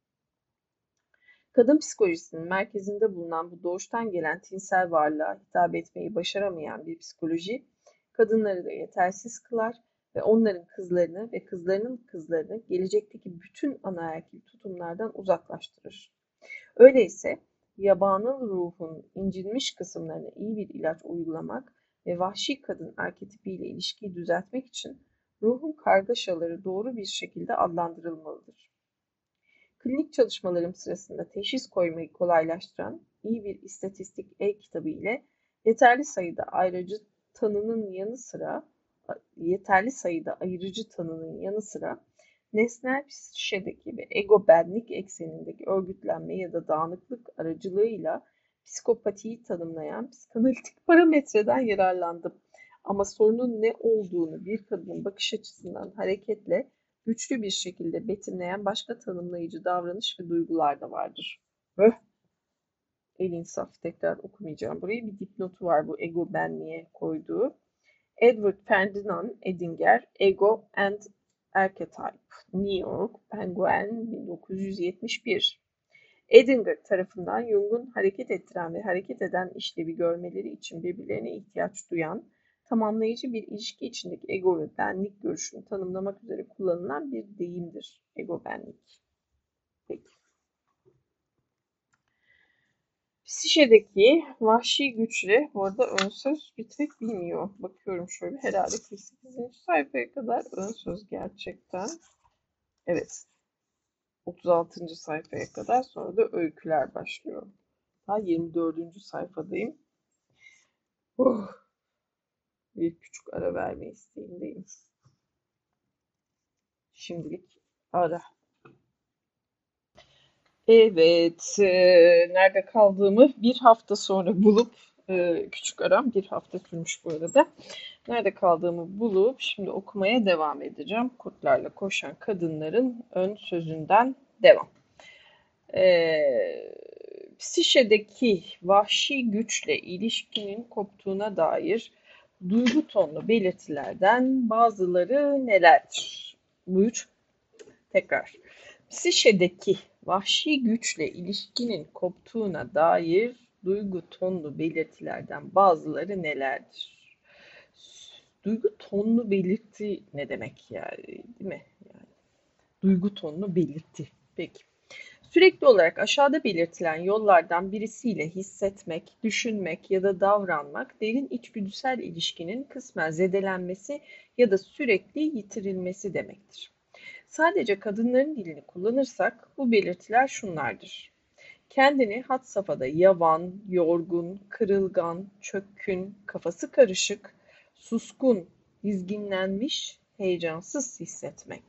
Kadın psikolojisinin merkezinde bulunan bu doğuştan gelen tinsel varlığa hitap etmeyi başaramayan bir psikoloji, kadınları da yetersiz kılar ve onların kızlarını ve kızlarının kızlarını gelecekteki bütün anaerkil tutumlardan uzaklaştırır. Öyleyse yabanıl ruhun incinmiş kısımlarına iyi bir ilaç uygulamak ve vahşi kadın arketipiyle ilişkiyi düzeltmek için ruhun kargaşaları doğru bir şekilde adlandırılmalıdır. Klinik çalışmalarım sırasında teşhis koymayı kolaylaştıran iyi bir istatistik e-kitabı ile yeterli sayıda ayrıcı tanının yanı sıra nesnel psişedeki ve ego benlik eksenindeki örgütlenme ya da dağınıklık aracılığıyla psikopatiyi tanımlayan psikanalitik parametreden yararlandım. Ama sorunun ne olduğunu bir kadının bakış açısından hareketle güçlü bir şekilde betimleyen başka tanımlayıcı davranış ve duygular da vardır. El insaf, tekrar okumayacağım. Buraya bir dipnotu var bu ego benliğe koyduğu. Edward Ferdinand Edinger, Ego and Archetype, New York, Penguin 1971. Edinger tarafından Jung'un hareket ettiren ve hareket eden işlevi görmeleri için birbirlerine ihtiyaç duyan, tamamlayıcı bir ilişki içindeki ego ve benlik görüşünü tanımlamak üzere kullanılan bir deyimdir. Ego benlik. Peki. Psişedeki vahşi güçle, bu arada ön söz bitmek bilmiyor. Bakıyorum şöyle, herhalde 48. sayfaya kadar ön söz gerçekten. Evet, 36. sayfaya kadar, sonra da öyküler başlıyor. Daha 24. sayfadayım. Oh, bir küçük ara verme isteğindeyim. Şimdilik ara. Evet, nerede kaldığımı bir hafta sonra bulup, küçük aram bir hafta sürmüş bu arada. Nerede kaldığımı bulup şimdi okumaya devam edeceğim. Kurtlarla Koşan Kadınların ön sözünden devam. Psişedeki vahşi güçle ilişkinin koptuğuna dair duygu tonlu belirtilerden bazıları nelerdir? Buyur, tekrar. Psişedeki vahşi güçle ilişkinin koptuğuna dair duygu tonlu belirtilerden bazıları nelerdir? Duygu tonlu belirti ne demek yani, değil mi? Yani, duygu tonlu belirti. Peki. Sürekli olarak aşağıda belirtilen yollardan birisiyle hissetmek, düşünmek ya da davranmak derin içgüdüsel ilişkinin kısmen zedelenmesi ya da sürekli yitirilmesi demektir. Sadece kadınların dilini kullanırsak bu belirtiler şunlardır: kendini had safhada yavan, yorgun, kırılgan, çökkün, kafası karışık, suskun, dizginlenmiş, heyecansız hissetmek.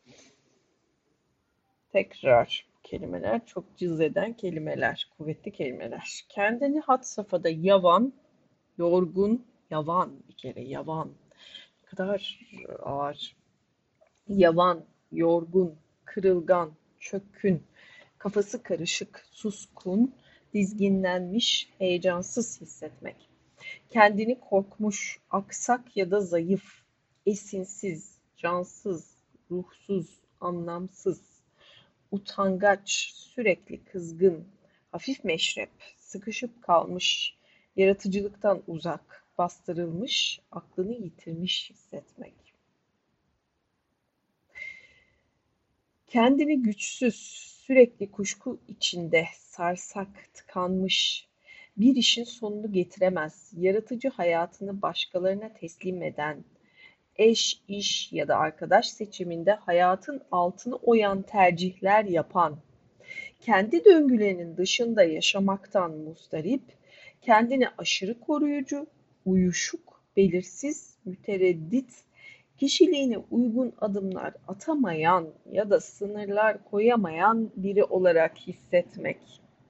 Tekrar kelimeler, çok cız eden kelimeler, kuvvetli kelimeler. Kendini had safhada yavan, yorgun, yavan, bir kere yavan. Ne kadar ağır. Yavan, yorgun, kırılgan, çökkün, kafası karışık, suskun, dizginlenmiş, heyecansız hissetmek. Kendini korkmuş, aksak ya da zayıf, esinsiz, cansız, ruhsuz, anlamsız, utangaç, sürekli kızgın, hafif meşrep, sıkışıp kalmış, yaratıcılıktan uzak, bastırılmış, aklını yitirmiş hissetmek. Kendini güçsüz, sürekli kuşku içinde, sarsak, tıkanmış, bir işin sonunu getiremez, yaratıcı hayatını başkalarına teslim eden, eş, iş ya da arkadaş seçiminde hayatın altını oyan tercihler yapan, kendi döngülerinin dışında yaşamaktan muzdarip, kendini aşırı koruyucu, uyuşuk, belirsiz, mütereddit, kişiliğine uygun adımlar atamayan ya da sınırlar koyamayan biri olarak hissetmek.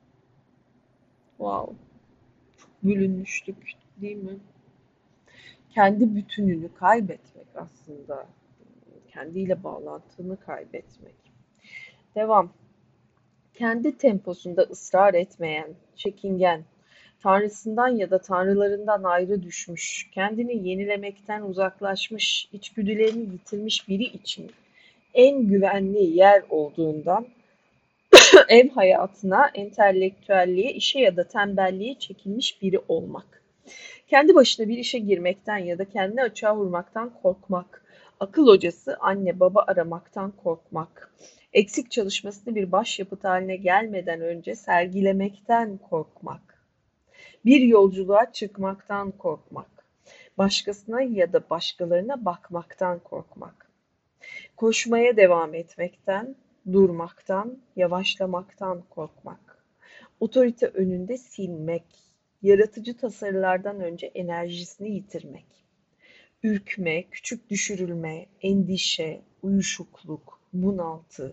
Wow, bölünmüşlük değil mi? Kendi bütününü kaybetmek aslında. Kendiyle bağlantını kaybetmek. Devam. Kendi temposunda ısrar etmeyen, çekingen, tanrısından ya da tanrılarından ayrı düşmüş, kendini yenilemekten uzaklaşmış, içgüdülerini yitirmiş biri için en güvenli yer olduğundan ev hayatına, entelektüelliğe, işe ya da tembelliğe çekilmiş biri olmak. Kendi başına bir işe girmekten ya da kendini açığa vurmaktan korkmak. Akıl hocası, anne baba aramaktan korkmak. Eksik çalışmasını bir başyapıt haline gelmeden önce sergilemekten korkmak. Bir yolculuğa çıkmaktan korkmak. Başkasına ya da başkalarına bakmaktan korkmak. Koşmaya devam etmekten, durmaktan, yavaşlamaktan korkmak. Otorite önünde sinmek. Yaratıcı tasarılardan önce enerjisini yitirmek. Ürkme, küçük düşürülme, endişe, uyuşukluk, bunaltı.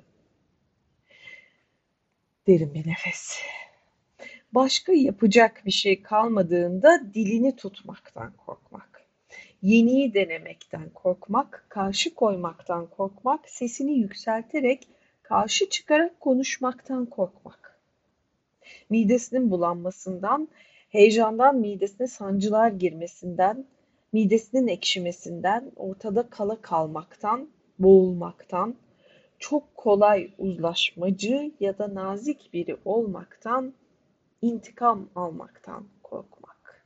Derin bir nefes. Başka yapacak bir şey kalmadığında dilini tutmaktan korkmak. Yeniyi denemekten korkmak, karşı koymaktan korkmak, sesini yükselterek, karşı çıkarak konuşmaktan korkmak. Midesinin bulanmasından, heyecandan midesine sancılar girmesinden, midesinin ekşimesinden, ortada kala kalmaktan, boğulmaktan, çok kolay uzlaşmacı ya da nazik biri olmaktan, intikam almaktan korkmak.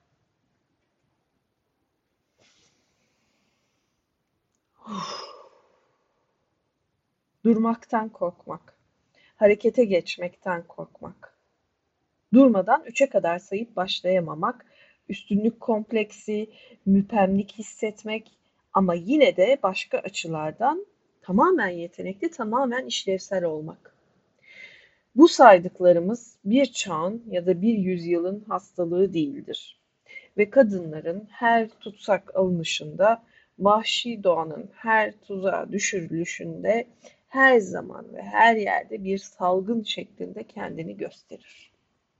Durmaktan korkmak, harekete geçmekten korkmak, Durmadan 3'e kadar sayıp başlayamamak, üstünlük kompleksi, müpemlik hissetmek ama yine de başka açılardan tamamen yetenekli, tamamen işlevsel olmak. Bu saydıklarımız bir çağın ya da bir yüzyılın hastalığı değildir ve kadınların her tutsak alınışında, vahşi doğanın her tuzağa düşürülüşünde her zaman ve her yerde bir salgın şeklinde kendini gösterir.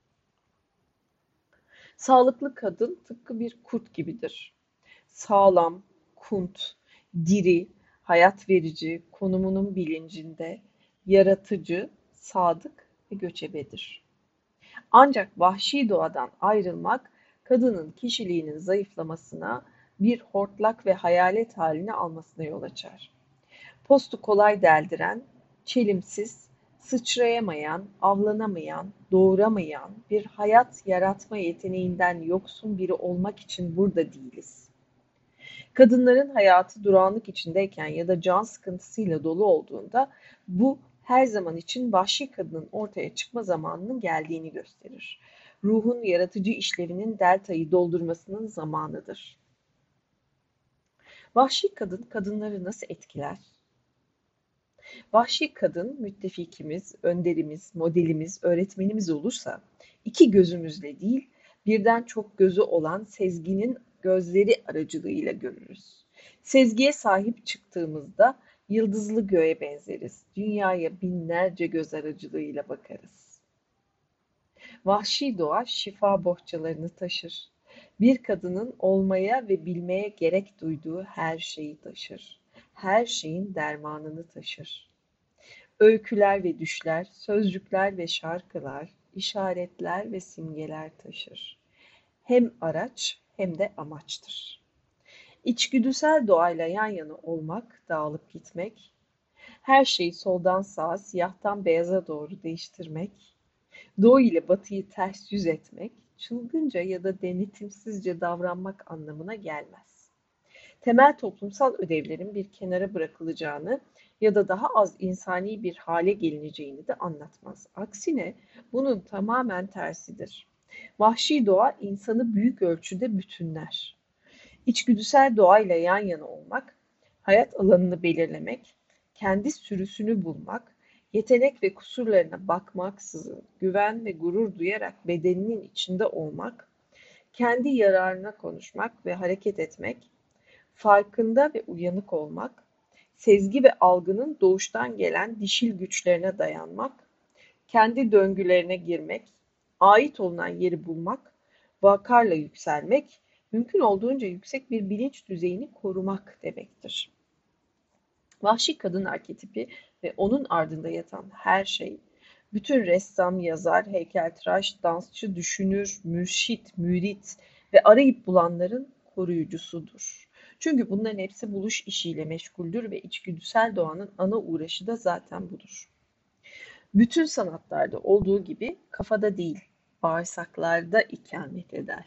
Sağlıklı kadın tıpkı bir kurt gibidir. Sağlam, kunt, diri, hayat verici, konumunun bilincinde, yaratıcı, sadık ve göçebedir. Ancak vahşi doğadan ayrılmak, kadının kişiliğinin zayıflamasına, bir hortlak ve hayalet halini almasına yol açar. Postu kolay deldiren, çelimsiz, sıçrayamayan, avlanamayan, doğuramayan, bir hayat yaratma yeteneğinden yoksun biri olmak için burada değiliz. Kadınların hayatı durağanlık içindeyken ya da can sıkıntısıyla dolu olduğunda bu her zaman için vahşi kadının ortaya çıkma zamanının geldiğini gösterir. Ruhun yaratıcı işlevinin deltayı doldurmasının zamanıdır. Vahşi kadın kadınları nasıl etkiler? Vahşi kadın müttefikimiz, önderimiz, modelimiz, öğretmenimiz olursa iki gözümüzle değil, birden çok gözü olan sezginin gözleri aracılığıyla görürüz. Sezgiye sahip çıktığımızda yıldızlı göğe benzeriz. Dünyaya binlerce göz aracılığıyla bakarız. Vahşi doğa şifa bohçalarını taşır. Bir kadının olmaya ve bilmeye gerek duyduğu her şeyi taşır. Her şeyin dermanını taşır. Öyküler ve düşler, sözcükler ve şarkılar, işaretler ve simgeler taşır. Hem araç hem de amaçtır. İçgüdüsel doğayla yan yana olmak, dağılıp gitmek, her şeyi soldan sağa, siyahtan beyaza doğru değiştirmek, doğu ile batıyı ters yüz etmek, çılgınca ya da denetimsizce davranmak anlamına gelmez. Temel toplumsal ödevlerin bir kenara bırakılacağını ya da daha az insani bir hale gelineceğini de anlatmaz. Aksine bunun tamamen tersidir. Vahşi doğa insanı büyük ölçüde bütünler. İçgüdüsel doğayla yan yana olmak, hayat alanını belirlemek, kendi sürüsünü bulmak, yetenek ve kusurlarına bakmaksızın güven ve gurur duyarak bedeninin içinde olmak, kendi yararına konuşmak ve hareket etmek, farkında ve uyanık olmak, sezgi ve algının doğuştan gelen dişil güçlerine dayanmak, kendi döngülerine girmek, ait olunan yeri bulmak, vakarla yükselmek, mümkün olduğunca yüksek bir bilinç düzeyini korumak demektir. Vahşi kadın arketipi ve onun ardında yatan her şey, bütün ressam, yazar, heykeltıraş, dansçı, düşünür, mürşit, mürit ve arayıp bulanların koruyucusudur. Çünkü bunların hepsi buluş işiyle meşguldür ve içgüdüsel doğanın ana uğraşı da zaten budur. Bütün sanatlarda olduğu gibi kafada değil, bağırsaklarda ikamet eder.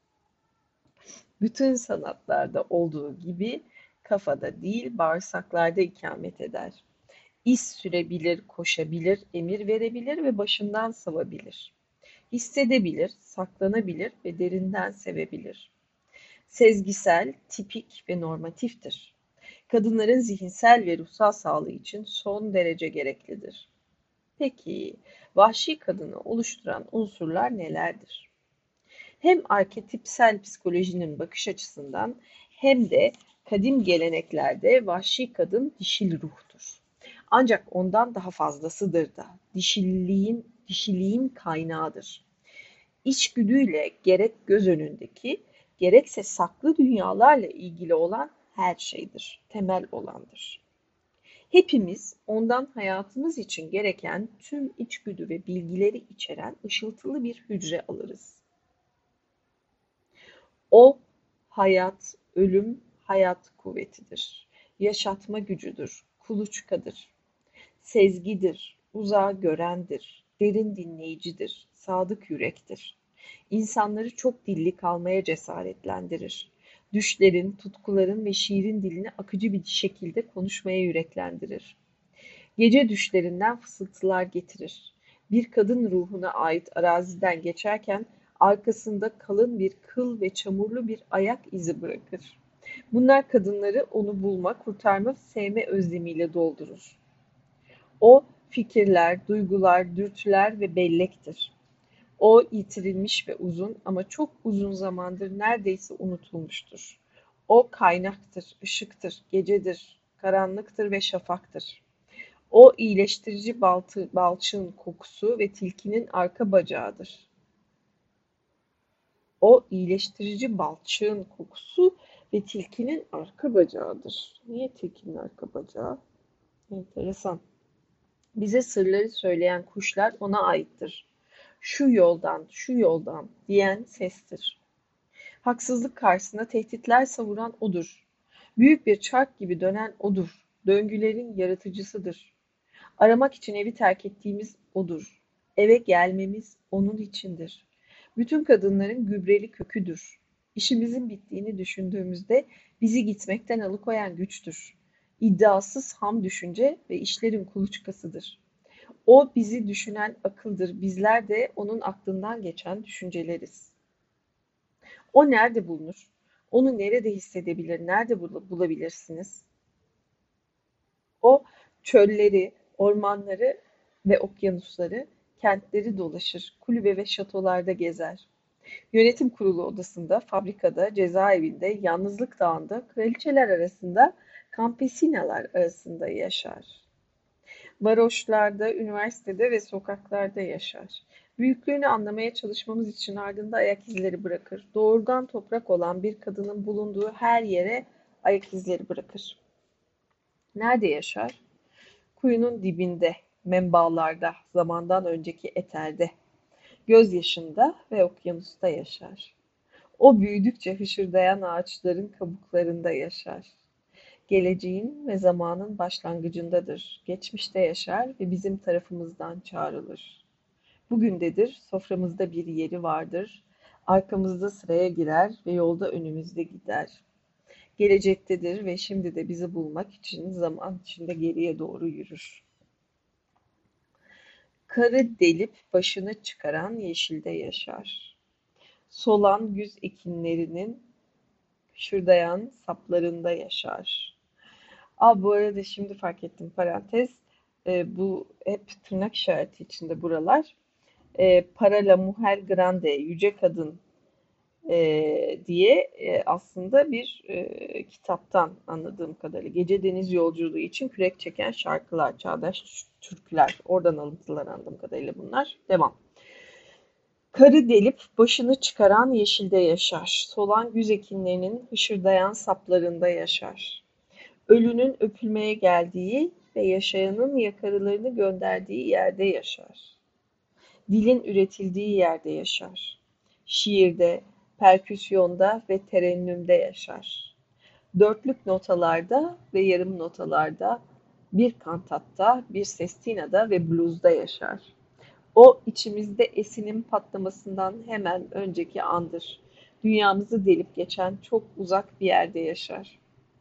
Bütün sanatlarda olduğu gibi kafada değil, bağırsaklarda ikamet eder. İz sürebilir, koşabilir, emir verebilir ve başından savabilir. Hissedebilir, saklanabilir ve derinden sevebilir. Sezgisel, tipik ve normatiftir. Kadınların zihinsel ve ruhsal sağlığı için son derece gereklidir. Peki, vahşi kadını oluşturan unsurlar nelerdir? Hem arketipsel psikolojinin bakış açısından hem de kadim geleneklerde vahşi kadın dişil ruhtur. Ancak ondan daha fazlasıdır da. Dişiliğin kaynağıdır. İçgüdüyle gerek göz önündeki, gerekse saklı dünyalarla ilgili olan her şeydir, temel olandır. Hepimiz ondan hayatımız için gereken tüm içgüdü ve bilgileri içeren ışıltılı bir hücre alırız. O, hayat, ölüm, hayat kuvvetidir. Yaşatma gücüdür, kuluçkadır. Sezgidir, uzağı görendir, derin dinleyicidir, sadık yürektir. İnsanları çok dilli kalmaya cesaretlendirir. Düşlerin, tutkuların ve şiirin dilini akıcı bir şekilde konuşmaya yüreklendirir. Gece düşlerinden fısıltılar getirir. Bir kadın ruhuna ait araziden geçerken arkasında kalın bir kıl ve çamurlu bir ayak izi bırakır. Bunlar kadınları onu bulma, kurtarma, sevme özlemiyle doldurur. O fikirler, duygular, dürtüler ve bellektir. O yitirilmiş ve uzun ama çok uzun zamandır neredeyse unutulmuştur. O kaynaktır, ışıktır, gecedir, karanlıktır ve şafaktır. O iyileştirici balçığın kokusu ve tilkinin arka bacağıdır. O iyileştirici balçığın kokusu ve tilkinin arka bacağıdır. Niye tilkinin arka bacağı? Enteresan. Bize sırları söyleyen kuşlar ona aittir. Şu yoldan, şu yoldan diyen sestir. Haksızlık karşısında tehditler savuran odur. Büyük bir çark gibi dönen odur. Döngülerin yaratıcısıdır. Aramak için evi terk ettiğimiz odur. Eve gelmemiz onun içindir. Bütün kadınların gübreli köküdür. İşimizin bittiğini düşündüğümüzde bizi gitmekten alıkoyan güçtür. İddiasız ham düşünce ve işlerin kuluçkasıdır. O bizi düşünen akıldır. Bizler de onun aklından geçen düşünceleriz. O nerede bulunur? Onu nerede hissedebilir, nerede bulabilirsiniz? O çölleri, ormanları ve okyanusları, kentleri dolaşır, kulübe ve şatolarda gezer. Yönetim kurulu odasında, fabrikada, cezaevinde, yalnızlık dağında, kraliçeler arasında, kampesinalar arasında yaşar. Varoşlarda, üniversitede ve sokaklarda yaşar. Büyüklüğünü anlamaya çalışmamız için ardında ayak izleri bırakır. Doğurgan toprak olan bir kadının bulunduğu her yere ayak izleri bırakır. Nerede yaşar? Kuyunun dibinde, menbaalarda, zamandan önceki eterde, gözyaşında ve okyanusta yaşar. O büyüdükçe hışırdayan ağaçların kabuklarında yaşar. Geleceğin ve zamanın başlangıcındadır. Geçmişte yaşar ve bizim tarafımızdan çağrılır. Bugündedir, soframızda bir yeri vardır. Arkamızda sıraya girer ve yolda önümüzde gider. Gelecektedir ve şimdi de bizi bulmak için zaman içinde geriye doğru yürür. Karı delip başını çıkaran yeşilde yaşar. Solan güz ekinlerinin şırdayan saplarında yaşar. Bu arada şimdi fark ettim, parantez. Bu hep tırnak işareti içinde buralar. Para la mujer grande, yüce kadın diye aslında bir kitaptan anladığım kadarıyla. Gece deniz yolculuğu için kürek çeken şarkılar, çağdaş türküler. Oradan alıntılar anladığım kadarıyla bunlar. Devam. Karı delip başını çıkaran yeşilde yaşar. Solan güz ekinlerinin hışırdayan saplarında yaşar. Ölünün öpülmeye geldiği ve yaşayanın yakarılarını gönderdiği yerde yaşar. Dilin üretildiği yerde yaşar. Şiirde, perküsyonda ve terennümde yaşar. Dörtlük notalarda ve yarım notalarda, bir kantatta, bir sestinada ve bluzda yaşar. O içimizde esinin patlamasından hemen önceki andır. Dünyamızı delip geçen çok uzak bir yerde yaşar.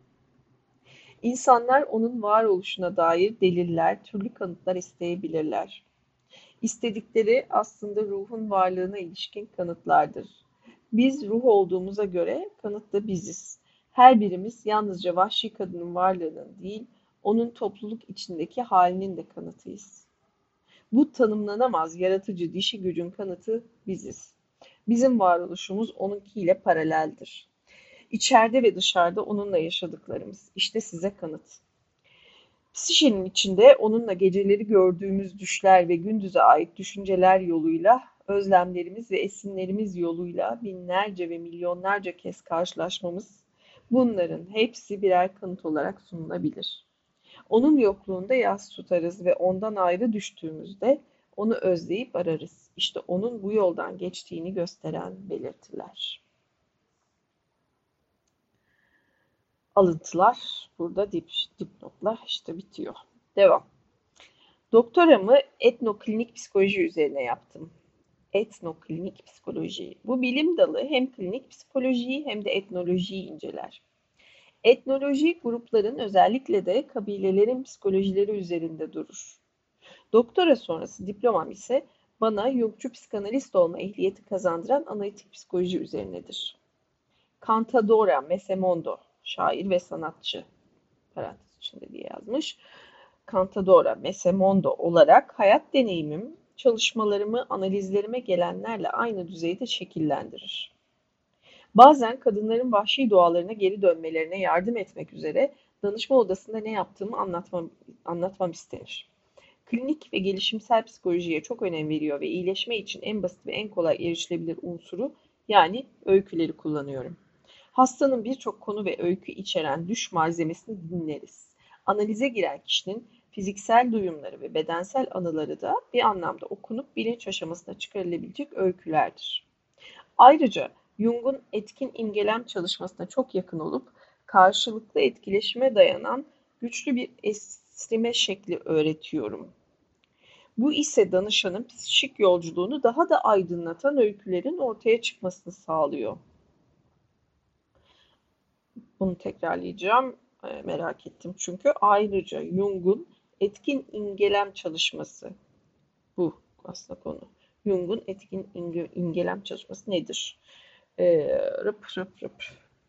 İnsanlar onun varoluşuna dair deliller, türlü kanıtlar isteyebilirler. İstedikleri aslında ruhun varlığına ilişkin kanıtlardır. Biz ruh olduğumuza göre kanıt da biziz. Her birimiz yalnızca vahşi kadının varlığının değil, onun topluluk içindeki halinin de kanıtıyız. Bu tanımlanamaz yaratıcı dişi gücün kanıtı biziz. Bizim varoluşumuz onunkiyle paraleldir. İçeride ve dışarıda onunla yaşadıklarımız. İşte size kanıt. Psişenin içinde onunla geceleri gördüğümüz düşler ve gündüze ait düşünceler yoluyla, özlemlerimiz ve esinlerimiz yoluyla binlerce ve milyonlarca kez karşılaşmamız, bunların hepsi birer kanıt olarak sunulabilir. Onun yokluğunda yas tutarız ve ondan ayrı düştüğümüzde onu özleyip ararız. İşte onun bu yoldan geçtiğini gösteren belirtiler. Alıntılar burada dipnotla işte bitiyor. Devam. Doktoramı etnoklinik psikoloji üzerine yaptım. Etnoklinik psikoloji. Bu bilim dalı hem klinik psikolojiyi hem de etnolojiyi inceler. Etnoloji grupların özellikle de kabilelerin psikolojileri üzerinde durur. Doktora sonrası diplomam ise bana Jungçu psikanalist olma ehliyeti kazandıran analitik psikoloji üzerinedir. Cantadora Mesemondo, şair ve sanatçı, parantez içinde diye yazmış. Cantadora Mesemondo olarak hayat deneyimim, çalışmalarımı, analizlerime gelenlerle aynı düzeyde şekillendirir. Bazen kadınların vahşi doğalarına geri dönmelerine yardım etmek üzere danışma odasında ne yaptığımı anlatmam istenir. Klinik ve gelişimsel psikolojiye çok önem veriyor ve iyileşme için en basit ve en kolay erişilebilir unsuru, yani öyküleri kullanıyorum. Hastanın birçok konu ve öykü içeren düş malzemesini dinleriz. Analize giren kişinin fiziksel duyumları ve bedensel anıları da bir anlamda okunup bilinç aşamasına çıkarılabilecek öykülerdir. Ayrıca Jung'un etkin imgelem çalışmasına çok yakın olup karşılıklı etkileşime dayanan güçlü bir esneme şekli öğretiyorum. Bu ise danışanın psikik yolculuğunu daha da aydınlatan öykülerin ortaya çıkmasını sağlıyor. Bunu tekrarlayacağım. Merak ettim çünkü. Ayrıca Jung'un etkin imgelem çalışması. Bu aslında konu. Jung'un etkin imgelem çalışması nedir? Rıp rıp rıp.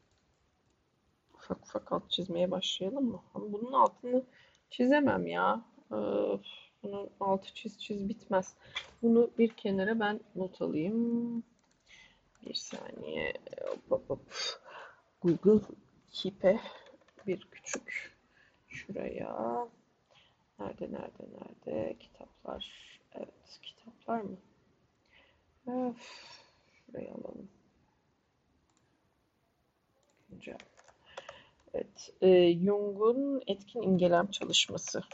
Ufak ufak alt çizmeye başlayalım mı? Ama bunun altını çizemem ya. Bunun altı çiz bitmez. Bunu bir kenara ben not alayım. Bir saniye. Hop, hop. Google Keep'e bir küçük şuraya. Nerede? Kitaplar. Evet, kitaplar mı? Şuraya alalım. Güncel. Evet, Jung'un etkin imgelem çalışması.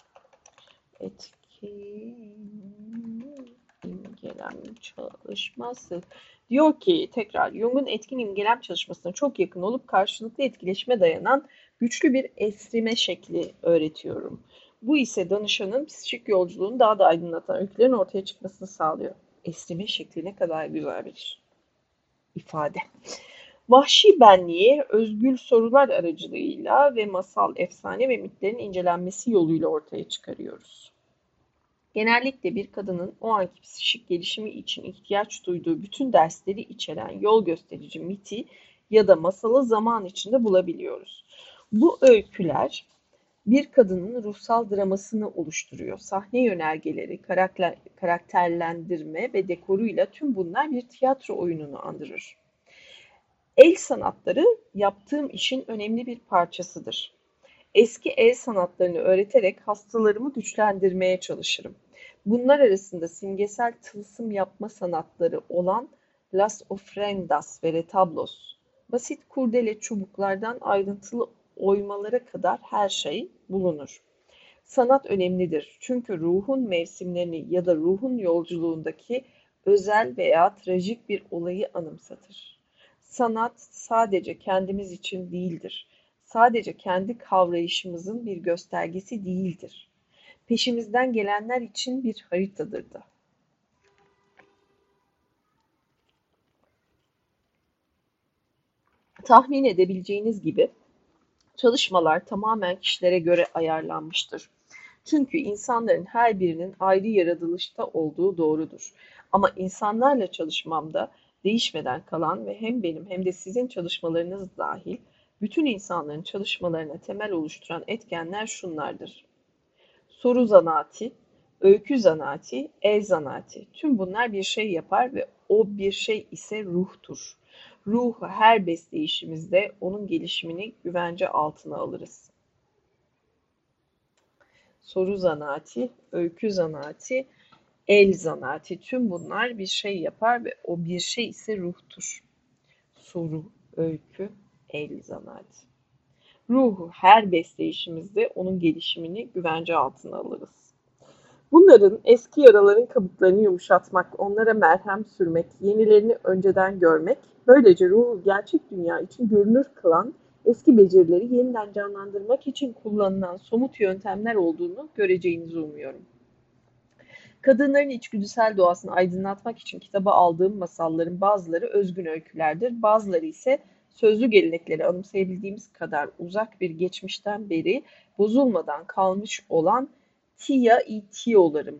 Etkin imgelem çalışması. Diyor ki tekrar, Jung'un etkin imgelem çalışmasına çok yakın olup karşılıklı etkileşime dayanan güçlü bir esneme şekli öğretiyorum. Bu ise danışanın psikik yolculuğunu daha da aydınlatan öykülerin ortaya çıkmasını sağlıyor. Esneme şekli ne kadar güzel bir ifade. Vahşi benliği özgül sorular aracılığıyla ve masal, efsane ve mitlerin incelenmesi yoluyla ortaya çıkarıyoruz. Genellikle bir kadının o anki psikik gelişimi için ihtiyaç duyduğu bütün dersleri içeren yol gösterici miti ya da masalı zaman içinde bulabiliyoruz. Bu öyküler bir kadının ruhsal dramasını oluşturuyor. Sahne yönergeleri, karakterlendirme ve dekoruyla tüm bunlar bir tiyatro oyununu andırır. El sanatları yaptığım işin önemli bir parçasıdır. Eski el sanatlarını öğreterek hastalarımı güçlendirmeye çalışırım. Bunlar arasında simgesel tılsım yapma sanatları olan Las Ofrendas ve Retablos, basit kurdele çubuklardan ayrıntılı oymalara kadar her şey bulunur. Sanat önemlidir çünkü ruhun mevsimlerini ya da ruhun yolculuğundaki özel veya trajik bir olayı anımsatır. Sanat sadece kendimiz için değildir. Sadece kendi kavrayışımızın bir göstergesi değildir. Peşimizden gelenler için bir haritadır da. Tahmin edebileceğiniz gibi çalışmalar tamamen kişilere göre ayarlanmıştır. Çünkü insanların her birinin ayrı yaratılışta olduğu doğrudur. Ama insanlarla çalışmamda değişmeden kalan ve hem benim hem de sizin çalışmalarınız dahil bütün insanların çalışmalarına temel oluşturan etkenler şunlardır: soru zanaati, öykü zanaati, el zanaati. Tüm bunlar bir şey yapar ve o bir şey ise ruhtur. Ruhu her besleyişimizde onun gelişimini güvence altına alırız. Soru zanaati, öykü zanaati, el zanaati. Tüm bunlar bir şey yapar ve o bir şey ise ruhtur. Soru, öykü, el zanaati. Ruhu her besleyişimizde onun gelişimini güvence altına alırız. Bunların eski yaraların kabuklarını yumuşatmak, onlara merhem sürmek, yenilerini önceden görmek, böylece ruhu gerçek dünya için görünür kılan eski becerileri yeniden canlandırmak için kullanılan somut yöntemler olduğunu göreceğinizi umuyorum. Kadınların içgüdüsel doğasını aydınlatmak için kitaba aldığım masalların bazıları özgün öykülerdir, bazıları ise sözlü gelenekleri anımsayabildiğimiz kadar uzak bir geçmişten beri bozulmadan kalmış olan Tia y tiolarım,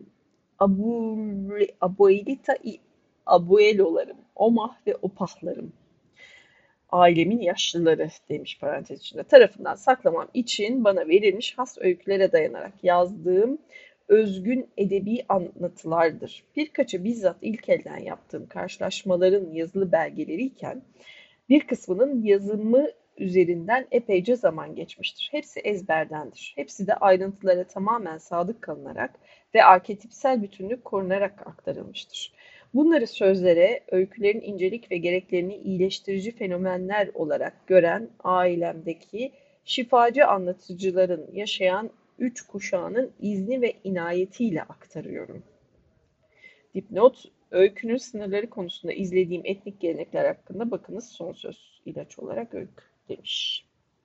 abuelita y abuelolarım, omah ve opahlarım, ailemin yaşlıları demiş parantez içinde, tarafından saklamam için bana verilmiş has öykülere dayanarak yazdığım özgün edebi anlatılardır. Birkaçı bizzat ilk elden yaptığım karşılaşmaların yazılı belgeleriyken bir kısmının yazımı üzerinden epeyce zaman geçmiştir. Hepsi ezberdendir. Hepsi de ayrıntılara tamamen sadık kalınarak ve arketipsel bütünlük korunarak aktarılmıştır. Bunları sözlere, öykülerin incelik ve gereklerini iyileştirici fenomenler olarak gören ailemdeki şifacı anlatıcıların yaşayan üç kuşağının izni ve inayetiyle aktarıyorum. Dipnot: öykünün sınırları konusunda izlediğim etnik gelenekler hakkında bakınız son söz, ilaç olarak öykü demiş.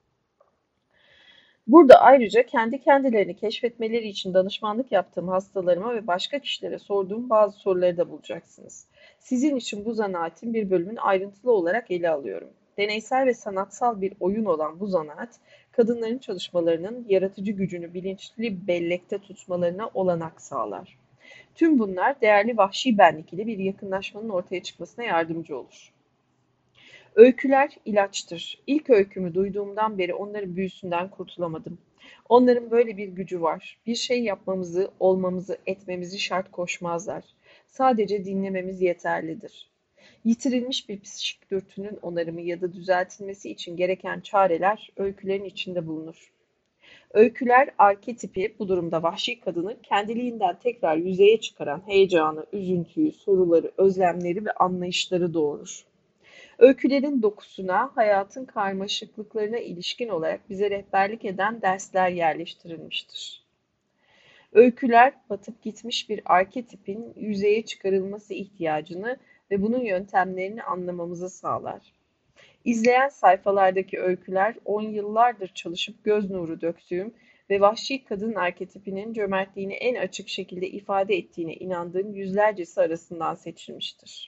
Burada ayrıca kendi kendilerini keşfetmeleri için danışmanlık yaptığım hastalarıma ve başka kişilere sorduğum bazı soruları da bulacaksınız. Sizin için bu zanaatin bir bölümünü ayrıntılı olarak ele alıyorum. Deneysel ve sanatsal bir oyun olan bu zanaat, kadınların çalışmalarının yaratıcı gücünü bilinçli bellekte tutmalarına olanak sağlar. Tüm bunlar değerli vahşi benlik ile bir yakınlaşmanın ortaya çıkmasına yardımcı olur. Öyküler ilaçtır. İlk öykümü duyduğumdan beri onların büyüsünden kurtulamadım. Onların böyle bir gücü var. Bir şey yapmamızı, olmamızı, etmemizi şart koşmazlar. Sadece dinlememiz yeterlidir. Yitirilmiş bir psikik dürtünün onarımı ya da düzeltilmesi için gereken çareler öykülerin içinde bulunur. Öyküler arketipi, bu durumda vahşi kadını kendiliğinden tekrar yüzeye çıkaran heyecanı, üzüntüyü, soruları, özlemleri ve anlayışları doğurur. Öykülerin dokusuna, hayatın karmaşıklıklarına ilişkin olarak bize rehberlik eden dersler yerleştirilmiştir. Öyküler, batıp gitmiş bir arketipin yüzeye çıkarılması ihtiyacını ve bunun yöntemlerini anlamamızı sağlar. İzleyen sayfalardaki öyküler, 10 yıllardır çalışıp göz nuru döktüğüm ve vahşi kadın arketipinin cömertliğini en açık şekilde ifade ettiğine inandığım yüzlercesi arasından seçilmiştir.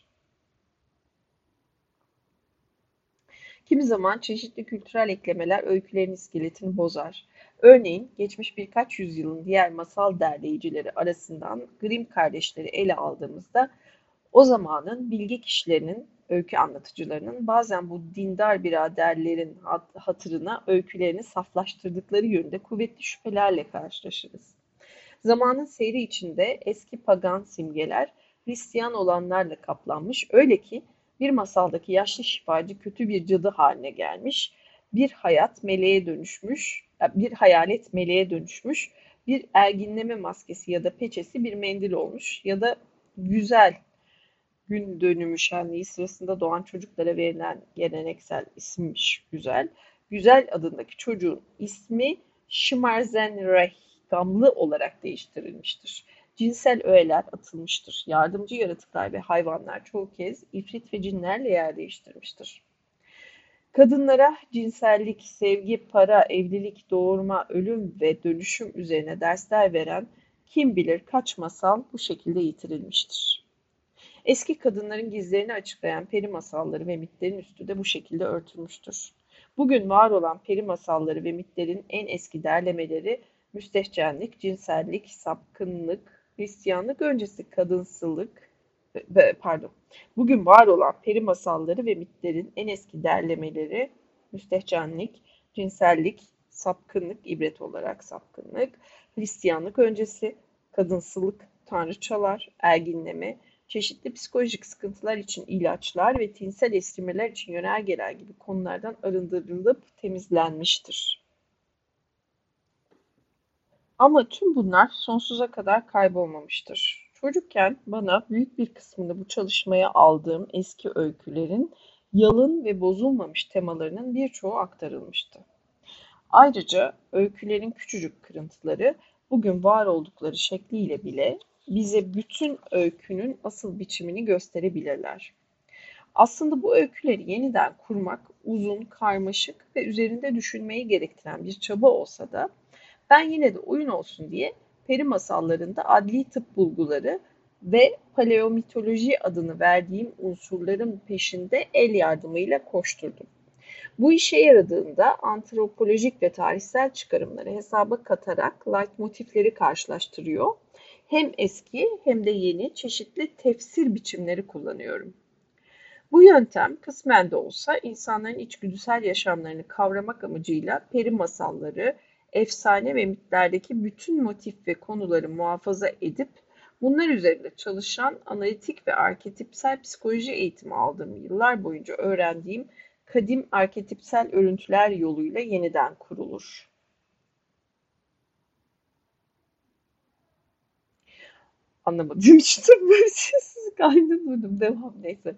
Kimi zaman çeşitli kültürel eklemeler öykülerin iskeletini bozar. Örneğin geçmiş birkaç yüzyılın diğer masal derleyicileri arasından Grimm kardeşleri ele aldığımızda o zamanın bilge kişilerinin, öykü anlatıcılarının bazen bu dindar biraderlerin hatırına öykülerini saflaştırdıkları yönünde kuvvetli şüphelerle karşılaşırız. Zamanın seyri içinde eski pagan simgeler Hristiyan olanlarla kaplanmış, öyle ki bir masaldaki yaşlı şifacı kötü bir cadı haline gelmiş, bir hayalet meleğe dönüşmüş, bir erginleme maskesi ya da peçesi bir mendil olmuş ya da güzel gün dönümü şenliği sırasında doğan çocuklara verilen geleneksel isimmiş Güzel. Güzel adındaki çocuğun ismi Schmarzenrech gamlı olarak değiştirilmiştir. Cinsel öğeler atılmıştır. Yardımcı yaratıklar ve hayvanlar çoğu kez ifrit ve cinlerle yer değiştirmiştir. Kadınlara cinsellik, sevgi, para, evlilik, doğurma, ölüm ve dönüşüm üzerine dersler veren kim bilir kaç masal bu şekilde yitirilmiştir. Eski kadınların gizlerini açıklayan peri masalları ve mitlerin üstü de bu şekilde örtülmüştür. Bugün var olan peri masalları ve mitlerin en eski derlemeleri müstehcenlik, cinsellik, sapkınlık, Hristiyanlık öncesi kadınsılık, Bugün var olan peri masalları ve mitlerin en eski derlemeleri müstehcenlik, cinsellik, sapkınlık, ibret olarak sapkınlık, Hristiyanlık öncesi kadınsılık, tanrıçalar, erginleme, çeşitli psikolojik sıkıntılar için ilaçlar ve tinsel estirmeler için yönergeler gibi konulardan arındırılıp temizlenmiştir. Ama tüm bunlar sonsuza kadar kaybolmamıştır. Çocukken bana büyük bir kısmını bu çalışmaya aldığım eski öykülerin yalın ve bozulmamış temalarının birçoğu aktarılmıştı. Ayrıca öykülerin küçücük kırıntıları bugün var oldukları şekliyle bile bize bütün öykünün asıl biçimini gösterebilirler. Aslında bu öyküleri yeniden kurmak uzun, karmaşık ve üzerinde düşünmeyi gerektiren bir çaba olsa da ben yine de oyun olsun diye peri masallarında adli tıp bulguları ve paleomitoloji adını verdiğim unsurların peşinde el yardımıyla koşturdum. Bu işe yaradığında antropolojik ve tarihsel çıkarımları hesaba katarak leitmotifleri karşılaştırıyor. Hem eski hem de yeni çeşitli tefsir biçimleri kullanıyorum. Bu yöntem kısmen de olsa insanların içgüdüsel yaşamlarını kavramak amacıyla peri masalları, efsane ve mitlerdeki bütün motif ve konuları muhafaza edip bunlar üzerinde çalışan analitik ve arketipsel psikoloji eğitimi aldığım yıllar boyunca öğrendiğim kadim arketipsel örüntüler yoluyla yeniden kurulur. Anlamadığım için tabii böyle sessiz durdum. Devam neyse.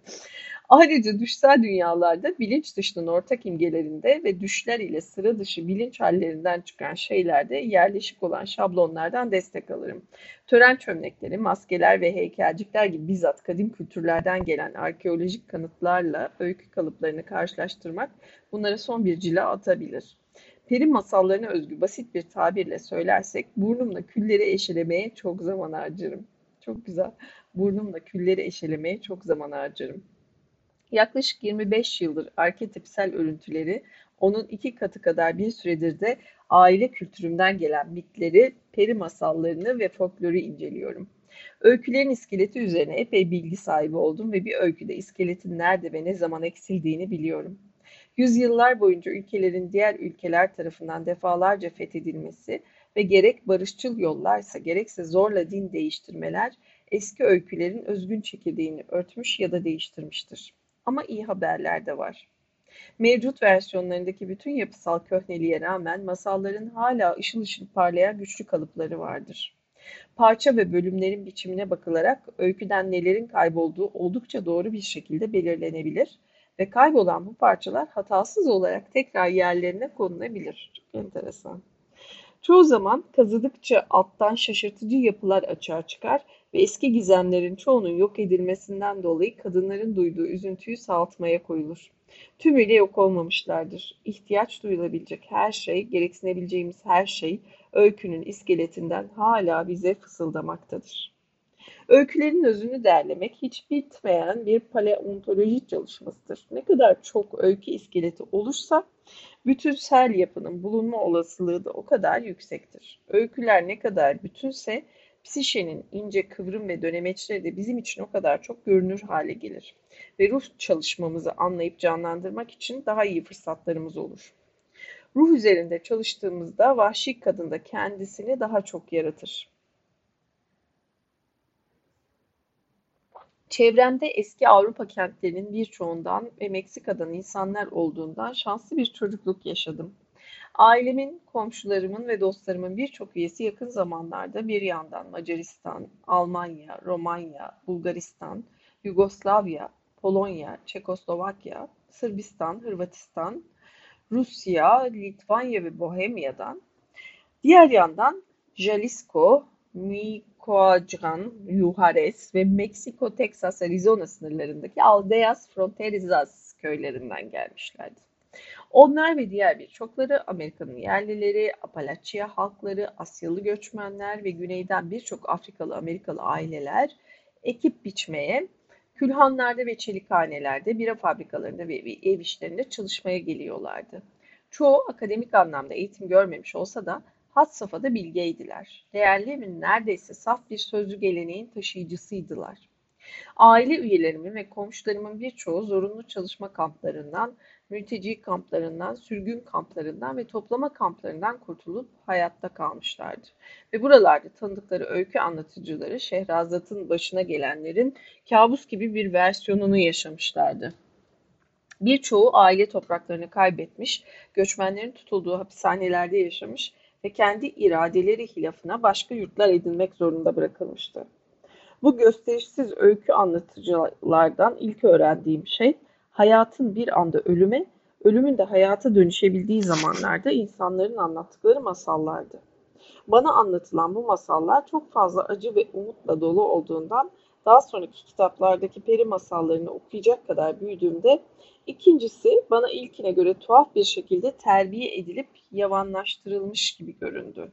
Ayrıca düşsel dünyalarda bilinç dışının ortak imgelerinde ve düşler ile sıra dışı bilinç hallerinden çıkan şeylerde yerleşik olan şablonlardan destek alırım. Tören çömlekleri, maskeler ve heykelcikler gibi bizzat kadim kültürlerden gelen arkeolojik kanıtlarla öykü kalıplarını karşılaştırmak bunlara son bir cila atabilir. Peri masallarına özgü basit bir tabirle söylersek burnumla külleri eşelemeye çok zaman harcarım. Çok güzel. Burnumla külleri eşelemeye çok zaman harcarım. Yaklaşık 25 yıldır arketipsel örüntüleri, onun 2 katı kadar bir süredir de aile kültürümden gelen mitleri, peri masallarını ve folkloru inceliyorum. Öykülerin iskeleti üzerine epey bilgi sahibi oldum ve bir öyküde iskeletin nerede ve ne zaman eksildiğini biliyorum. Yüzyıllar boyunca ülkelerin diğer ülkeler tarafından defalarca fethedilmesi ve gerek barışçıl yollarsa gerekse zorla din değiştirmeler eski öykülerin özgün çekirdeğini örtmüş ya da değiştirmiştir. Ama iyi haberler de var. Mevcut versiyonlarındaki bütün yapısal köhneliğe rağmen masalların hala ışıl ışıl parlayan güçlü kalıpları vardır. Parça ve bölümlerin biçimine bakılarak öyküden nelerin kaybolduğu oldukça doğru bir şekilde belirlenebilir ve kaybolan bu parçalar hatasız olarak tekrar yerlerine konulabilir. Çok enteresan. Çoğu zaman kazıdıkça alttan şaşırtıcı yapılar açığa çıkar ve eski gizemlerin çoğunun yok edilmesinden dolayı kadınların duyduğu üzüntüyü sağaltmaya koyulur. Tümüyle yok olmamışlardır. İhtiyaç duyulabilecek her şey, gereksinebileceğimiz her şey öykünün iskeletinden hala bize fısıldamaktadır. Öykülerin özünü derlemek hiç bitmeyen bir paleontoloji çalışmasıdır. Ne kadar çok öykü iskeleti olursa bütünsel yapının bulunma olasılığı da o kadar yüksektir. Öyküler ne kadar bütünse psişenin ince kıvrım ve dönemeçleri de bizim için o kadar çok görünür hale gelir ve ruh çalışmamızı anlayıp canlandırmak için daha iyi fırsatlarımız olur. Ruh üzerinde çalıştığımızda vahşi kadın da kendisini daha çok yaratır. Çevremde eski Avrupa kentlerinin birçoğundan ve Meksika'dan insanlar olduğundan şanslı bir çocukluk yaşadım. Ailemin, komşularımın ve dostlarımın birçok üyesi yakın zamanlarda bir yandan Macaristan, Almanya, Romanya, Bulgaristan, Yugoslavya, Polonya, Çekoslovakya, Sırbistan, Hırvatistan, Rusya, Litvanya ve Bohemya'dan, diğer yandan Jalisco, Michoacán, Juárez ve Meksiko-Teksas-Arizona sınırlarındaki Aldeias Fronterizas köylerinden gelmişlerdi. Onlar ve diğer birçokları Amerika'nın yerlileri, Apalachia halkları, Asyalı göçmenler ve güneyden birçok Afrikalı Amerikalı aileler ekip biçmeye, külhanlarda ve çelikhanelerde, bira fabrikalarında ve ev işlerinde çalışmaya geliyorlardı. Çoğu akademik anlamda eğitim görmemiş olsa da had safhada bilgeydiler. Değerli ve neredeyse saf bir sözlü geleneğin taşıyıcısıydılar. Aile üyelerimin ve komşularımın birçoğu zorunlu çalışma kamplarından, mülteci kamplarından, sürgün kamplarından ve toplama kamplarından kurtulup hayatta kalmışlardı. Ve buralarda tanıdıkları öykü anlatıcıları Şehrazat'ın başına gelenlerin kabus gibi bir versiyonunu yaşamışlardı. Birçoğu aile topraklarını kaybetmiş, göçmenlerin tutulduğu hapishanelerde yaşamış ve kendi iradeleri hilafına başka yurtlar edinmek zorunda bırakılmıştı. Bu gösterişsiz öykü anlatıcılardan ilk öğrendiğim şey, hayatın bir anda ölüme, ölümün de hayata dönüşebildiği zamanlarda insanların anlattıkları masallardı. Bana anlatılan bu masallar çok fazla acı ve umutla dolu olduğundan daha sonraki kitaplardaki peri masallarını okuyacak kadar büyüdüğümde, ikincisi bana ilkine göre tuhaf bir şekilde terbiye edilip yavanlaştırılmış gibi göründü.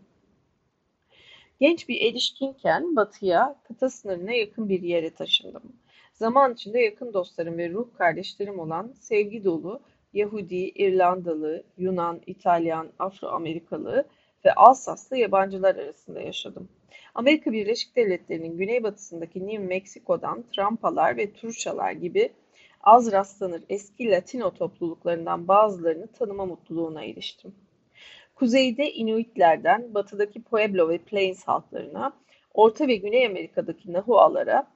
Genç bir erişkinken Batı'ya, kıta sınırına yakın bir yere taşındım. Zaman içinde yakın dostlarım ve ruh kardeşlerim olan sevgi dolu, Yahudi, İrlandalı, Yunan, İtalyan, Afro-Amerikalı ve Alsaslı yabancılar arasında yaşadım. Amerika Birleşik Devletleri'nin güneybatısındaki New Mexico'dan Trampalar ve Truçalar gibi az rastlanır eski Latino topluluklarından bazılarını tanıma mutluluğuna eriştim. Kuzeyde Inuitlerden batıdaki Pueblo ve Plains halklarına, Orta ve Güney Amerika'daki Nahualara,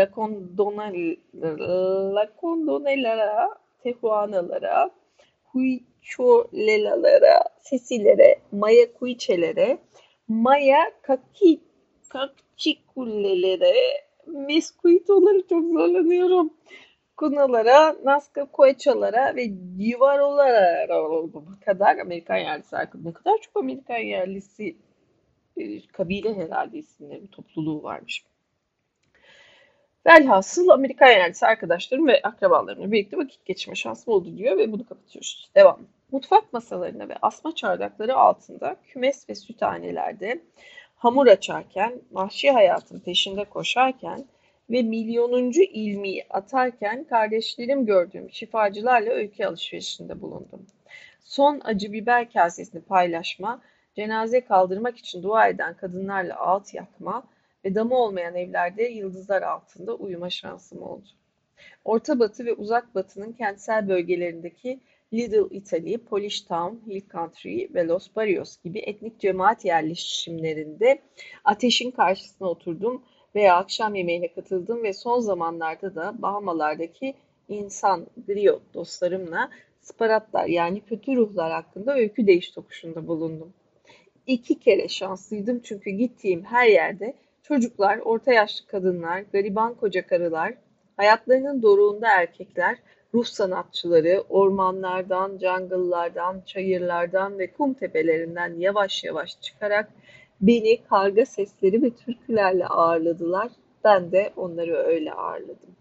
Lacandonellara, Tehuanalara, Huicholelalara, Sesilere, Maya Kuichelere, Maya Kakchikulelere, Meskuitoları çok zorlanıyorum. Kunalara, Nazca Koyçalara ve Jivarolara kadar Amerikan yerlisi arkadaşı. Ne kadar çok Amerikan yerlisi kabile herhalde isimleri, topluluğu varmış. Velhasıl Amerikan yerlisi arkadaşlarım ve akrabalarımla birlikte vakit geçirme şansım oldu diyor ve bunu kapatıyoruz. Devam. Mutfak masalarına ve asma çardakları altında, kümes ve süthanelerde hamur açarken, vahşi hayatın peşinde koşarken ve milyonuncu ilmiyi atarken kardeşlerim gördüğüm şifacılarla öykü alışverişinde bulundum. Son acı biber kasesini paylaşma, cenaze kaldırmak için dua eden kadınlarla ağıt yakma ve damı olmayan evlerde yıldızlar altında uyuma şansım oldu. Orta Batı ve Uzak Batı'nın kentsel bölgelerindeki Little Italy, Polish Town, Hill Country ve Los Barrios gibi etnik cemaat yerleşimlerinde ateşin karşısına oturdum veya akşam yemeğine katıldım ve son zamanlarda da Bahamalardaki insan griot dostlarımla sparatlar yani kötü ruhlar hakkında öykü değiş tokuşunda bulundum. 2 kere şanslıydım çünkü gittiğim her yerde çocuklar, orta yaşlı kadınlar, gariban koca karılar, hayatlarının doruğunda erkekler, ruh sanatçıları, ormanlardan, jungle'lardan, çayırlardan ve kum tepelerinden yavaş yavaş çıkarak beni karga sesleri ve türkülerle ağırladılar. Ben de onları öyle ağırladım.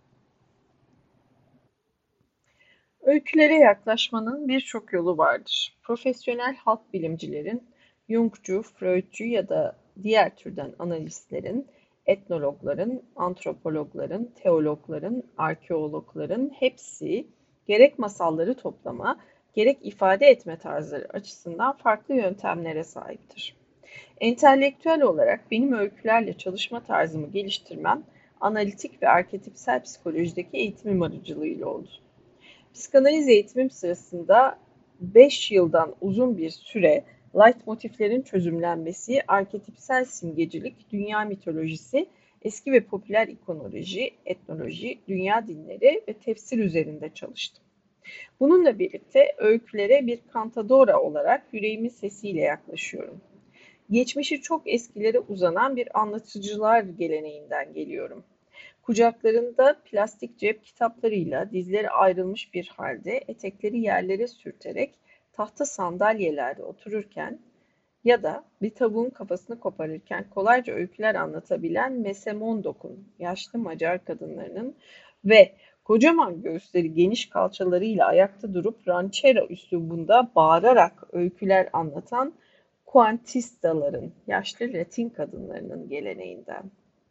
Öykülere yaklaşmanın birçok yolu vardır. Profesyonel halk bilimcilerin, Jungcu, Freudcu ya da diğer türden analistlerin, etnologların, antropologların, teologların, arkeologların hepsi gerek masalları toplama, gerek ifade etme tarzları açısından farklı yöntemlere sahiptir. Entelektüel olarak benim öykülerle çalışma tarzımı geliştirmem, analitik ve arketipsel psikolojideki eğitimim aracılığıyla oldu. Psikanaliz eğitimim sırasında 5 yıldan uzun bir süre leitmotiflerin çözümlenmesi, arketipsel simgecilik, dünya mitolojisi, eski ve popüler ikonoloji, etnoloji, dünya dinleri ve tefsir üzerinde çalıştım. Bununla birlikte öykülere bir cantadora olarak yüreğimin sesiyle yaklaşıyorum. Geçmişi çok eskilere uzanan bir anlatıcılar geleneğinden geliyorum. Kucaklarında plastik cep kitaplarıyla dizleri ayrılmış bir halde etekleri yerlere sürterek tahta sandalyelerde otururken ya da bir tavuğun kafasını koparırken kolayca öyküler anlatabilen Mesemondok'un yaşlı Macar kadınlarının ve kocaman göğüsleri geniş kalçalarıyla ayakta durup ranchera üslubunda bağırarak öyküler anlatan Cuantistaların yaşlı Latin kadınlarının geleneğinden.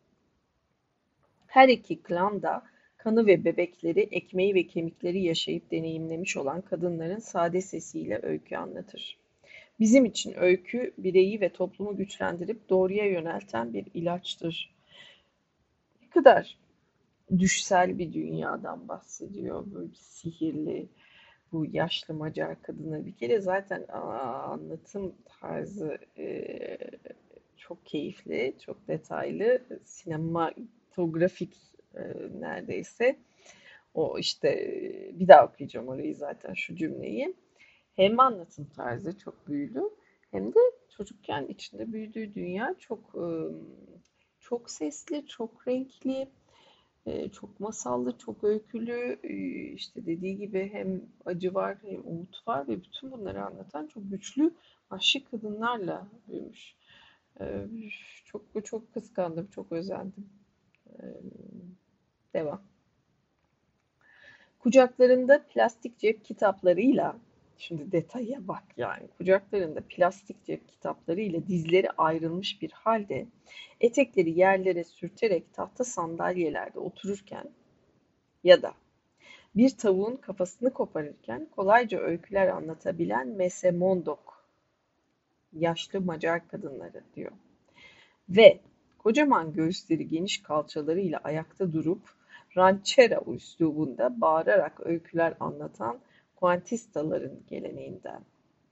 Her iki klan da kanı ve bebekleri, ekmeği ve kemikleri yaşayıp deneyimlemiş olan kadınların sade sesiyle öykü anlatır. Bizim için öykü, bireyi ve toplumu güçlendirip doğruya yönelten bir ilaçtır. Ne kadar düşsel bir dünyadan bahsediyor, böyle sihirli bu yaşlı Macar kadını. Bir kere zaten anlatım tarzı çok keyifli, çok detaylı, sinematografik neredeyse. O işte bir daha okuyacağım orayı zaten şu cümleyi. Hem anlatım tarzı çok büyülü hem de çocukken içinde büyüdüğü dünya çok sesli, çok renkli, çok masallı, çok öykülü. İşte dediği gibi hem acı var hem umut var ve bütün bunları anlatan çok güçlü aşık kadınlarla büyümüş. Ee, çok kıskandım, çok özendim. Ee, Devam. Kucaklarında plastik cep kitaplarıyla, şimdi detaya bak yani, kucaklarında plastik cep kitaplarıyla dizleri ayrılmış bir halde etekleri yerlere sürterek tahta sandalyelerde otururken ya da Bir tavuğun kafasını koparırken kolayca öyküler anlatabilen Mesemondok, yaşlı Macar kadınları diyor. Ve kocaman göğüsleri geniş kalçalarıyla ayakta durup ranchera üslubunda bağırarak öyküler anlatan Kuantistaların geleneğinden.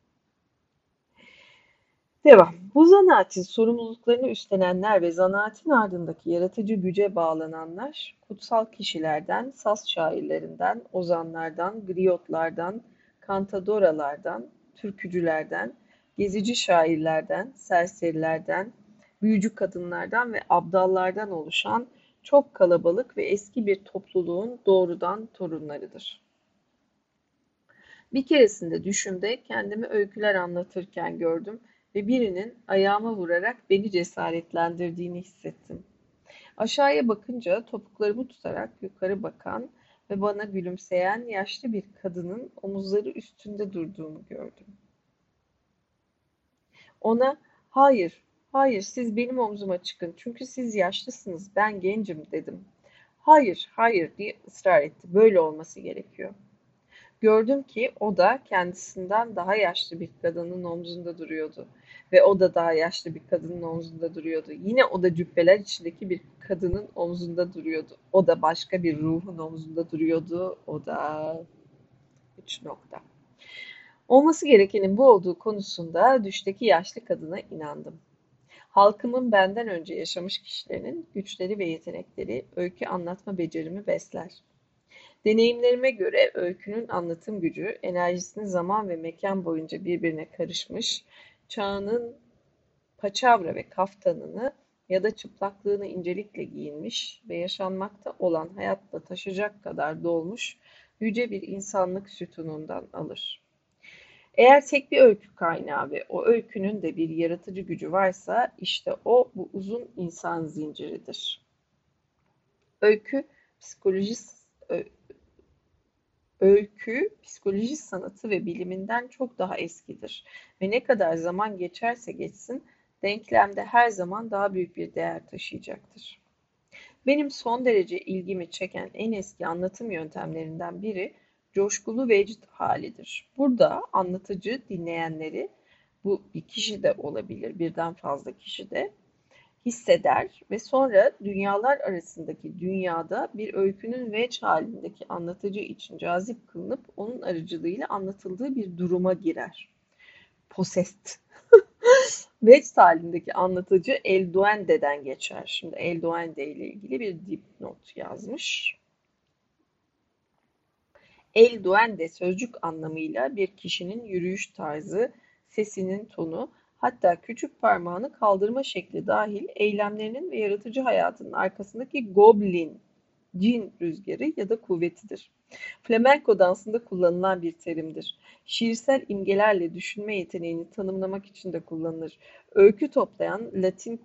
Devam. Bu zanaatin sorumluluklarını üstlenenler ve zanaatin ardındaki yaratıcı güce bağlananlar, kutsal kişilerden, saz şairlerinden, ozanlardan, griyotlardan, kantadoralardan, türkücülerden, gezici şairlerden, serserilerden, büyücü kadınlardan ve abdallardan oluşan çok kalabalık ve eski bir topluluğun doğrudan torunlarıdır. Bir keresinde düşümde kendimi öyküler anlatırken gördüm ve birinin ayağıma vurarak beni cesaretlendirdiğini hissettim. Aşağıya bakınca topuklarımı tutarak yukarı bakan ve bana gülümseyen yaşlı bir kadının omuzları üstünde durduğumu gördüm. Ona, hayır, hayır siz benim omzuma çıkın çünkü siz yaşlısınız, ben gencim dedim. Hayır, hayır diye ısrar etti. Böyle olması gerekiyor. Gördüm ki o da kendisinden daha yaşlı bir kadının omzunda duruyordu. Ve o da daha yaşlı bir kadının omzunda duruyordu. Yine o da cübbeler içindeki bir kadının omzunda duruyordu. O da başka bir ruhun omzunda duruyordu. O da 3 nokta. Olması gerekenin bu olduğu konusunda düşteki yaşlı kadına inandım. Halkımın benden önce yaşamış kişilerinin güçleri ve yetenekleri öykü anlatma becerimi besler. Deneyimlerime göre öykünün anlatım gücü, enerjisini zaman ve mekan boyunca birbirine karışmış, çağının paçavra ve kaftanını ya da çıplaklığını incelikle giyinmiş ve yaşanmakta olan hayatla taşıyacak kadar dolmuş yüce bir insanlık sütunundan alır. Eğer tek bir öykü kaynağı ve o öykünün de bir yaratıcı gücü varsa işte o bu uzun insan zinciridir. Öykü psikoloji Öykü, psikoloji sanatı ve biliminden çok daha eskidir ve ne kadar zaman geçerse geçsin denklemde her zaman daha büyük bir değer taşıyacaktır. Benim son derece ilgimi çeken en eski anlatım yöntemlerinden biri coşkulu vecd halidir. Burada anlatıcı dinleyenleri, bu bir kişi de olabilir, birden fazla kişi de hisseder ve sonra dünyalar arasındaki dünyada bir öykünün veç halindeki anlatıcı için cazip kılınıp onun aracılığıyla anlatıldığı bir duruma girer. Possessed. Veç halindeki anlatıcı El Duende'den geçer. Şimdi El Duende ile ilgili bir dipnot yazmış. El Duende sözcük anlamıyla bir kişinin yürüyüş tarzı, sesinin tonu, hatta küçük parmağını kaldırma şekli dahil eylemlerinin ve yaratıcı hayatının arkasındaki goblin, cin rüzgarı ya da kuvvetidir. Flamenco dansında kullanılan bir terimdir. Şiirsel imgelerle düşünme yeteneğini tanımlamak için de kullanılır. Öykü toplayan Latin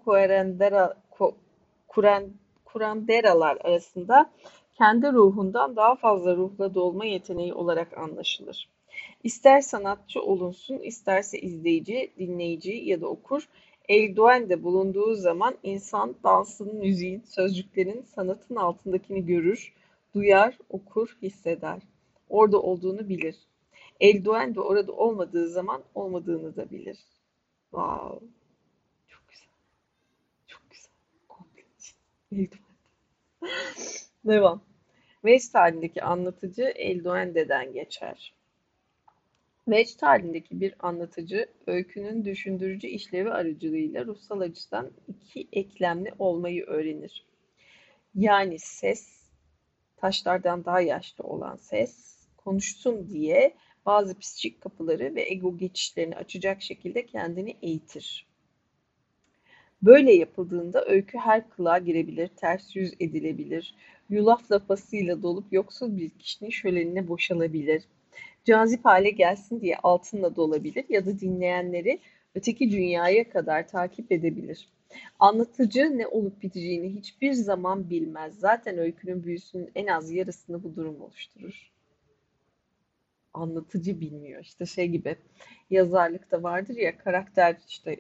curanderalar arasında kendi ruhundan daha fazla ruhla dolma yeteneği olarak anlaşılır. İster sanatçı olunsun, isterse izleyici, dinleyici ya da okur, El Duende bulunduğu zaman insan dansın, müziğin, sözcüklerin, sanatın altındakini görür, duyar, okur, hisseder. Orada olduğunu bilir. El Duende orada olmadığı zaman olmadığını da bilir. Wow, çok güzel, çok güzel. Komple. El Duende. Devam. West halindeki anlatıcı El Duende'den geçer. West halindeki bir anlatıcı, öykünün düşündürücü işlevi aracılığıyla ruhsal açıdan iki eklemli olmayı öğrenir. Yani ses, taşlardan daha yaşlı olan ses, konuşsun diye bazı psikik kapıları ve ego geçişlerini açacak şekilde kendini eğitir. Böyle yapıldığında öykü her kılığa girebilir, ters yüz edilebilir, yulaf lapasıyla dolup yoksul bir kişinin şölenine boşalabilir, cazip hale gelsin diye altınla dolabilir ya da dinleyenleri öteki dünyaya kadar takip edebilir. Anlatıcı ne olup biteceğini hiçbir zaman bilmez. Zaten öykünün büyüsünün en az yarısını bu durum oluşturur. Anlatıcı bilmiyor. İşte şey gibi yazarlıkta vardır ya, karakter işte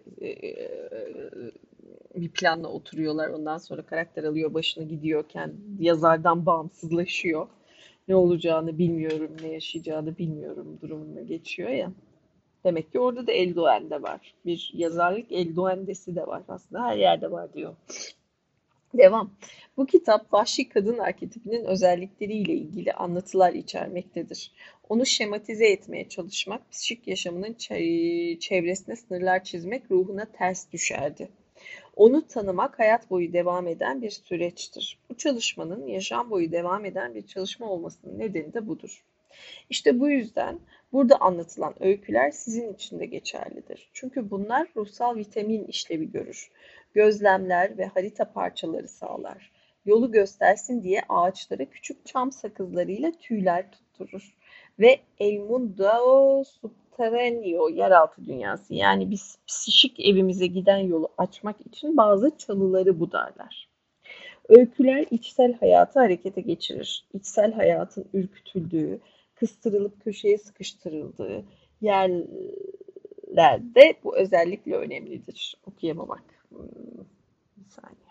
bir planla oturuyorlar. Ondan sonra karakter alıyor başını gidiyorken yazardan bağımsızlaşıyor. Ne olacağını bilmiyorum, ne yaşayacağını bilmiyorum durumuna geçiyor ya. Demek ki orada da Eldoğan'da var. Bir yazarlık Eldoğan'desi de var. Aslında her yerde var diyor. Devam. Bu kitap vahşi kadın arketipinin özellikleriyle ilgili anlatılar içermektedir. Onu şematize etmeye çalışmak, psikik yaşamının çevresine sınırlar çizmek ruhuna ters düşerdi. Onu tanımak hayat boyu devam eden bir süreçtir. Bu çalışmanın yaşam boyu devam eden bir çalışma olmasının nedeni de budur. İşte bu yüzden burada anlatılan öyküler sizin için de geçerlidir. Çünkü bunlar ruhsal vitamin işlevi görür. Gözlemler ve harita parçaları sağlar. Yolu göstersin diye ağaçlara küçük çam sakızlarıyla tüyler tutturur. Ve El Mundo Subterraneo, yeraltı dünyası, yani biz psişik evimize giden yolu açmak için bazı çalıları budarlar. Öyküler içsel hayatı harekete geçirir. İçsel hayatın ürkütüldüğü, kıstırılıp köşeye sıkıştırıldığı yerlerde bu özellikle önemlidir. Okuyamamak. Bir saniye.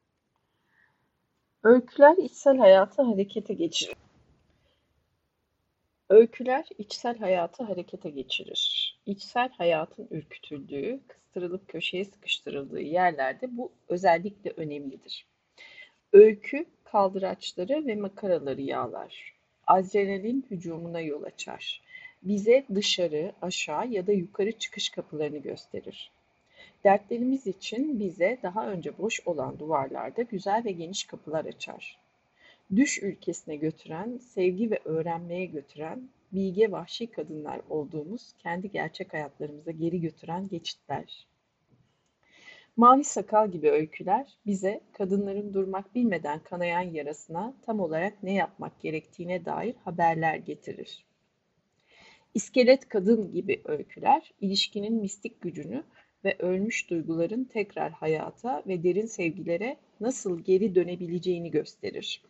Öyküler içsel hayatı harekete geçirir. Öyküler içsel hayatı harekete geçirir. İçsel hayatın ürkütüldüğü, kıstırılıp köşeye sıkıştırıldığı yerlerde bu özellikle önemlidir. Öykü kaldıraçları ve makaraları yağlar. Adrenalin hücumuna yol açar. Bize dışarı, aşağı ya da yukarı çıkış kapılarını gösterir. Dertlerimiz için bize daha önce boş olan duvarlarda güzel ve geniş kapılar açar. Düş ülkesine götüren, sevgi ve öğrenmeye götüren, bilge vahşi kadınlar olduğumuz kendi gerçek hayatlarımıza geri götüren geçitler. Mavi Sakal gibi öyküler bize kadınların durmak bilmeden kanayan yarasına tam olarak ne yapmak gerektiğine dair haberler getirir. İskelet Kadın gibi öyküler ilişkinin mistik gücünü ve ölmüş duyguların tekrar hayata ve derin sevgilere nasıl geri dönebileceğini gösterir.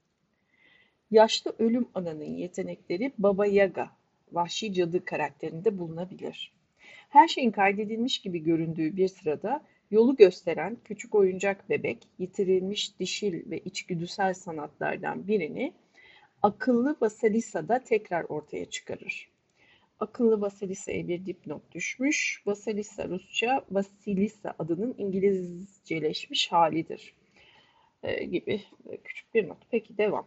Yaşlı ölüm ananın yetenekleri Baba Yaga, vahşi cadı karakterinde bulunabilir. Her şeyin kaydedilmiş gibi göründüğü bir sırada yolu gösteren küçük oyuncak bebek, yitirilmiş dişil ve içgüdüsel sanatlardan birini akıllı Vasilisa'da tekrar ortaya çıkarır. Akıllı Vasilisa'ya bir dipnot düşmüş. Vasilisa Rusça Vasilisa adının İngilizceleşmiş halidir. Gibi küçük bir not. Peki devam.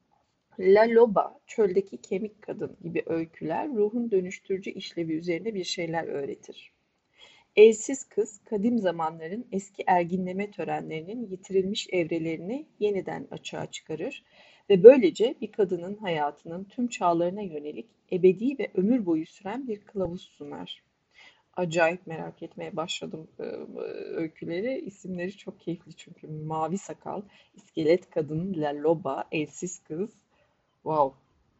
La Loba, Çöldeki Kemik Kadın gibi öyküler ruhun dönüştürücü işlevi üzerine bir şeyler öğretir. Elsiz Kız, kadim zamanların eski erginleme törenlerinin yitirilmiş evrelerini yeniden açığa çıkarır ve böylece bir kadının hayatının tüm çağlarına yönelik ebedi ve ömür boyu süren bir kılavuz sunar. Acayip merak etmeye başladım öyküleri. İsimleri çok keyifli çünkü. Mavi Sakal, İskelet Kadın, La Loba, Elsiz Kız. Wow.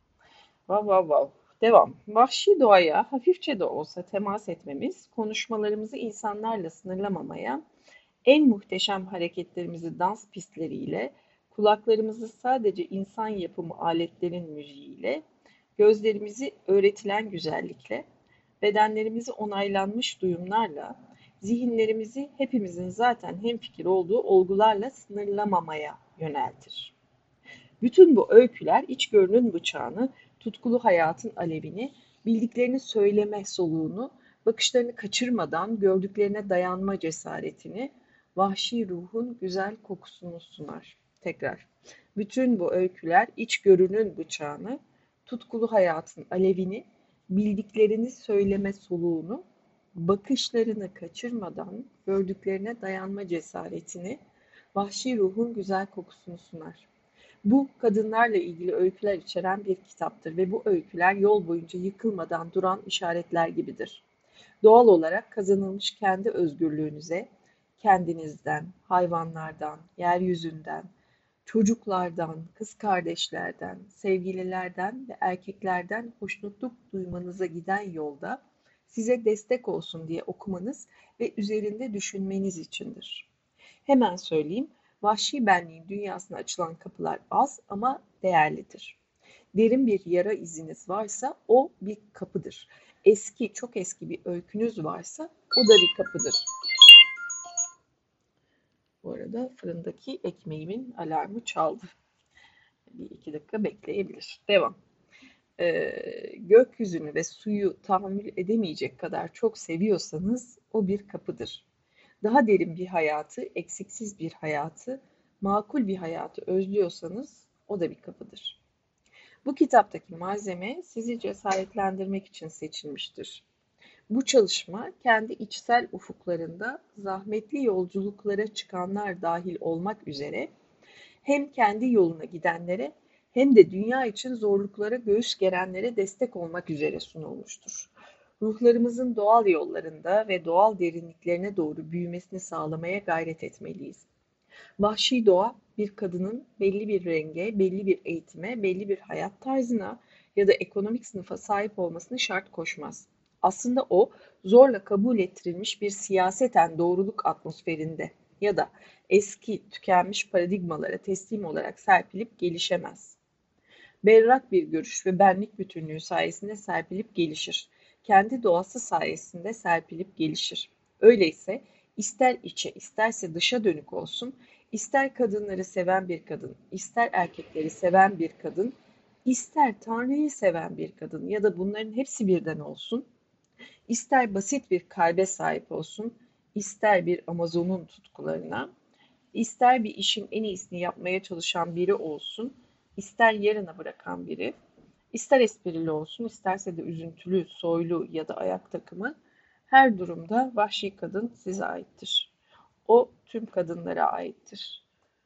Vav vav vav. Devam. Vahşi doğaya hafifçe de olsa temas etmemiz, konuşmalarımızı insanlarla sınırlamamaya, en muhteşem hareketlerimizi dans pistleriyle, kulaklarımızı sadece insan yapımı aletlerin müziğiyle, gözlerimizi öğretilen güzellikle, bedenlerimizi onaylanmış duyumlarla, zihinlerimizi hepimizin zaten hemfikir olduğu olgularla sınırlamamaya yöneltir. Bütün bu öyküler içgörünün bıçağını, tutkulu hayatın alevini, bildiklerini söyleme soluğunu, bakışlarını kaçırmadan gördüklerine dayanma cesaretini, vahşi ruhun güzel kokusunu sunar. Tekrar. Bütün bu öyküler içgörünün bıçağını, tutkulu hayatın alevini, bildiklerini söyleme soluğunu, bakışlarını kaçırmadan gördüklerine dayanma cesaretini, vahşi ruhun güzel kokusunu sunar. Bu kadınlarla ilgili öyküler içeren bir kitaptır ve bu öyküler yol boyunca yıkılmadan duran işaretler gibidir. Doğal olarak kazanılmış kendi özgürlüğünüze, kendinizden, hayvanlardan, yeryüzünden, çocuklardan, kız kardeşlerden, sevgililerden ve erkeklerden hoşnutluk duymanıza giden yolda size destek olsun diye okumanız ve üzerinde düşünmeniz içindir. Hemen söyleyeyim, vahşi benliğin dünyasına açılan kapılar az ama değerlidir. Derin bir yara iziniz varsa o bir kapıdır. Eski, çok eski bir öykünüz varsa o da bir kapıdır. Bu arada fırındaki ekmeğimin alarmı çaldı. bir iki dakika bekleyebilir. Devam. Gökyüzünü ve suyu tahammül edemeyecek kadar çok seviyorsanız o bir kapıdır. Daha derin bir hayatı, eksiksiz bir hayatı, makul bir hayatı özlüyorsanız o da bir kapıdır. Bu kitaptaki malzeme sizi cesaretlendirmek için seçilmiştir. Bu çalışma kendi içsel ufuklarında zahmetli yolculuklara çıkanlar dahil olmak üzere hem kendi yoluna gidenlere hem de dünya için zorluklara göğüs gerenlere destek olmak üzere sunulmuştur. Ruhlarımızın doğal yollarında ve doğal derinliklerine doğru büyümesini sağlamaya gayret etmeliyiz. Vahşi doğa bir kadının belli bir renge, belli bir eğitime, belli bir hayat tarzına ya da ekonomik sınıfa sahip olmasını şart koşmaz. Aslında o zorla kabul ettirilmiş bir siyaseten doğruluk atmosferinde ya da eski tükenmiş paradigmalara teslim olarak serpilip gelişemez. Berrak bir görüş ve benlik bütünlüğü sayesinde serpilip gelişir. Kendi doğası sayesinde serpilip gelişir. Öyleyse ister içe isterse dışa dönük olsun, ister kadınları seven bir kadın, ister erkekleri seven bir kadın, ister Tanrı'yı seven bir kadın ya da bunların hepsi birden olsun, ister basit bir kalbe sahip olsun, ister bir Amazon'un tutkularına, ister bir işin en iyisini yapmaya çalışan biri olsun, ister yarına bırakan biri, ister esprili olsun, isterse de üzüntülü, soylu ya da ayak takımı, her durumda vahşi kadın size aittir. O tüm kadınlara aittir.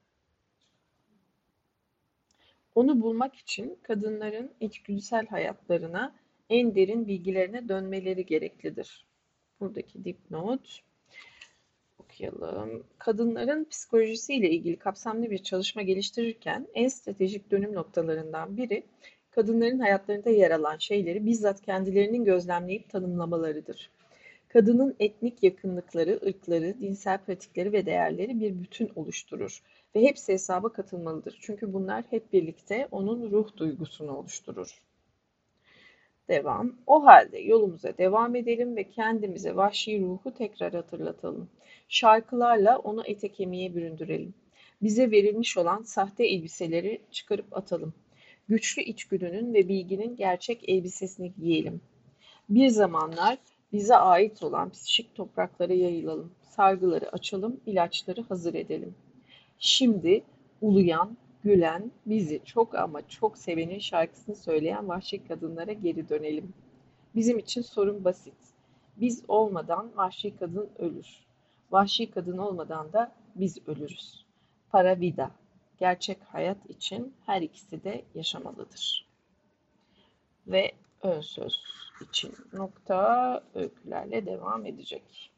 Onu bulmak için kadınların içgüdüsel hayatlarına, en derin bilgilerine dönmeleri gereklidir. Buradaki dipnot. Okuyalım. Kadınların psikolojisiyle ilgili kapsamlı bir çalışma geliştirirken en stratejik dönüm noktalarından biri, kadınların hayatlarında yer alan şeyleri bizzat kendilerinin gözlemleyip tanımlamalarıdır. Kadının etnik yakınlıkları, ırkları, dinsel pratikleri ve değerleri bir bütün oluşturur ve hepsi hesaba katılmalıdır. Çünkü bunlar hep birlikte onun ruh duygusunu oluşturur. Devam. O halde yolumuza devam edelim ve kendimize vahşi ruhu tekrar hatırlatalım. Şarkılarla onu ete kemiğe büründürelim. Bize verilmiş olan sahte elbiseleri çıkarıp atalım. Güçlü içgüdünün ve bilginin gerçek elbisesini giyelim. Bir zamanlar bize ait olan psikik topraklara yayılalım. Sargıları açalım, ilaçları hazır edelim. Şimdi uluyan, gülen, bizi çok ama çok sevenin şarkısını söyleyen vahşi kadınlara geri dönelim. Bizim için sorun basit. Biz olmadan vahşi kadın ölür. Vahşi kadın olmadan da biz ölürüz. Para vida. Gerçek hayat için her ikisi de yaşamalıdır. Ve ön söz için nokta öykülerle devam edecek.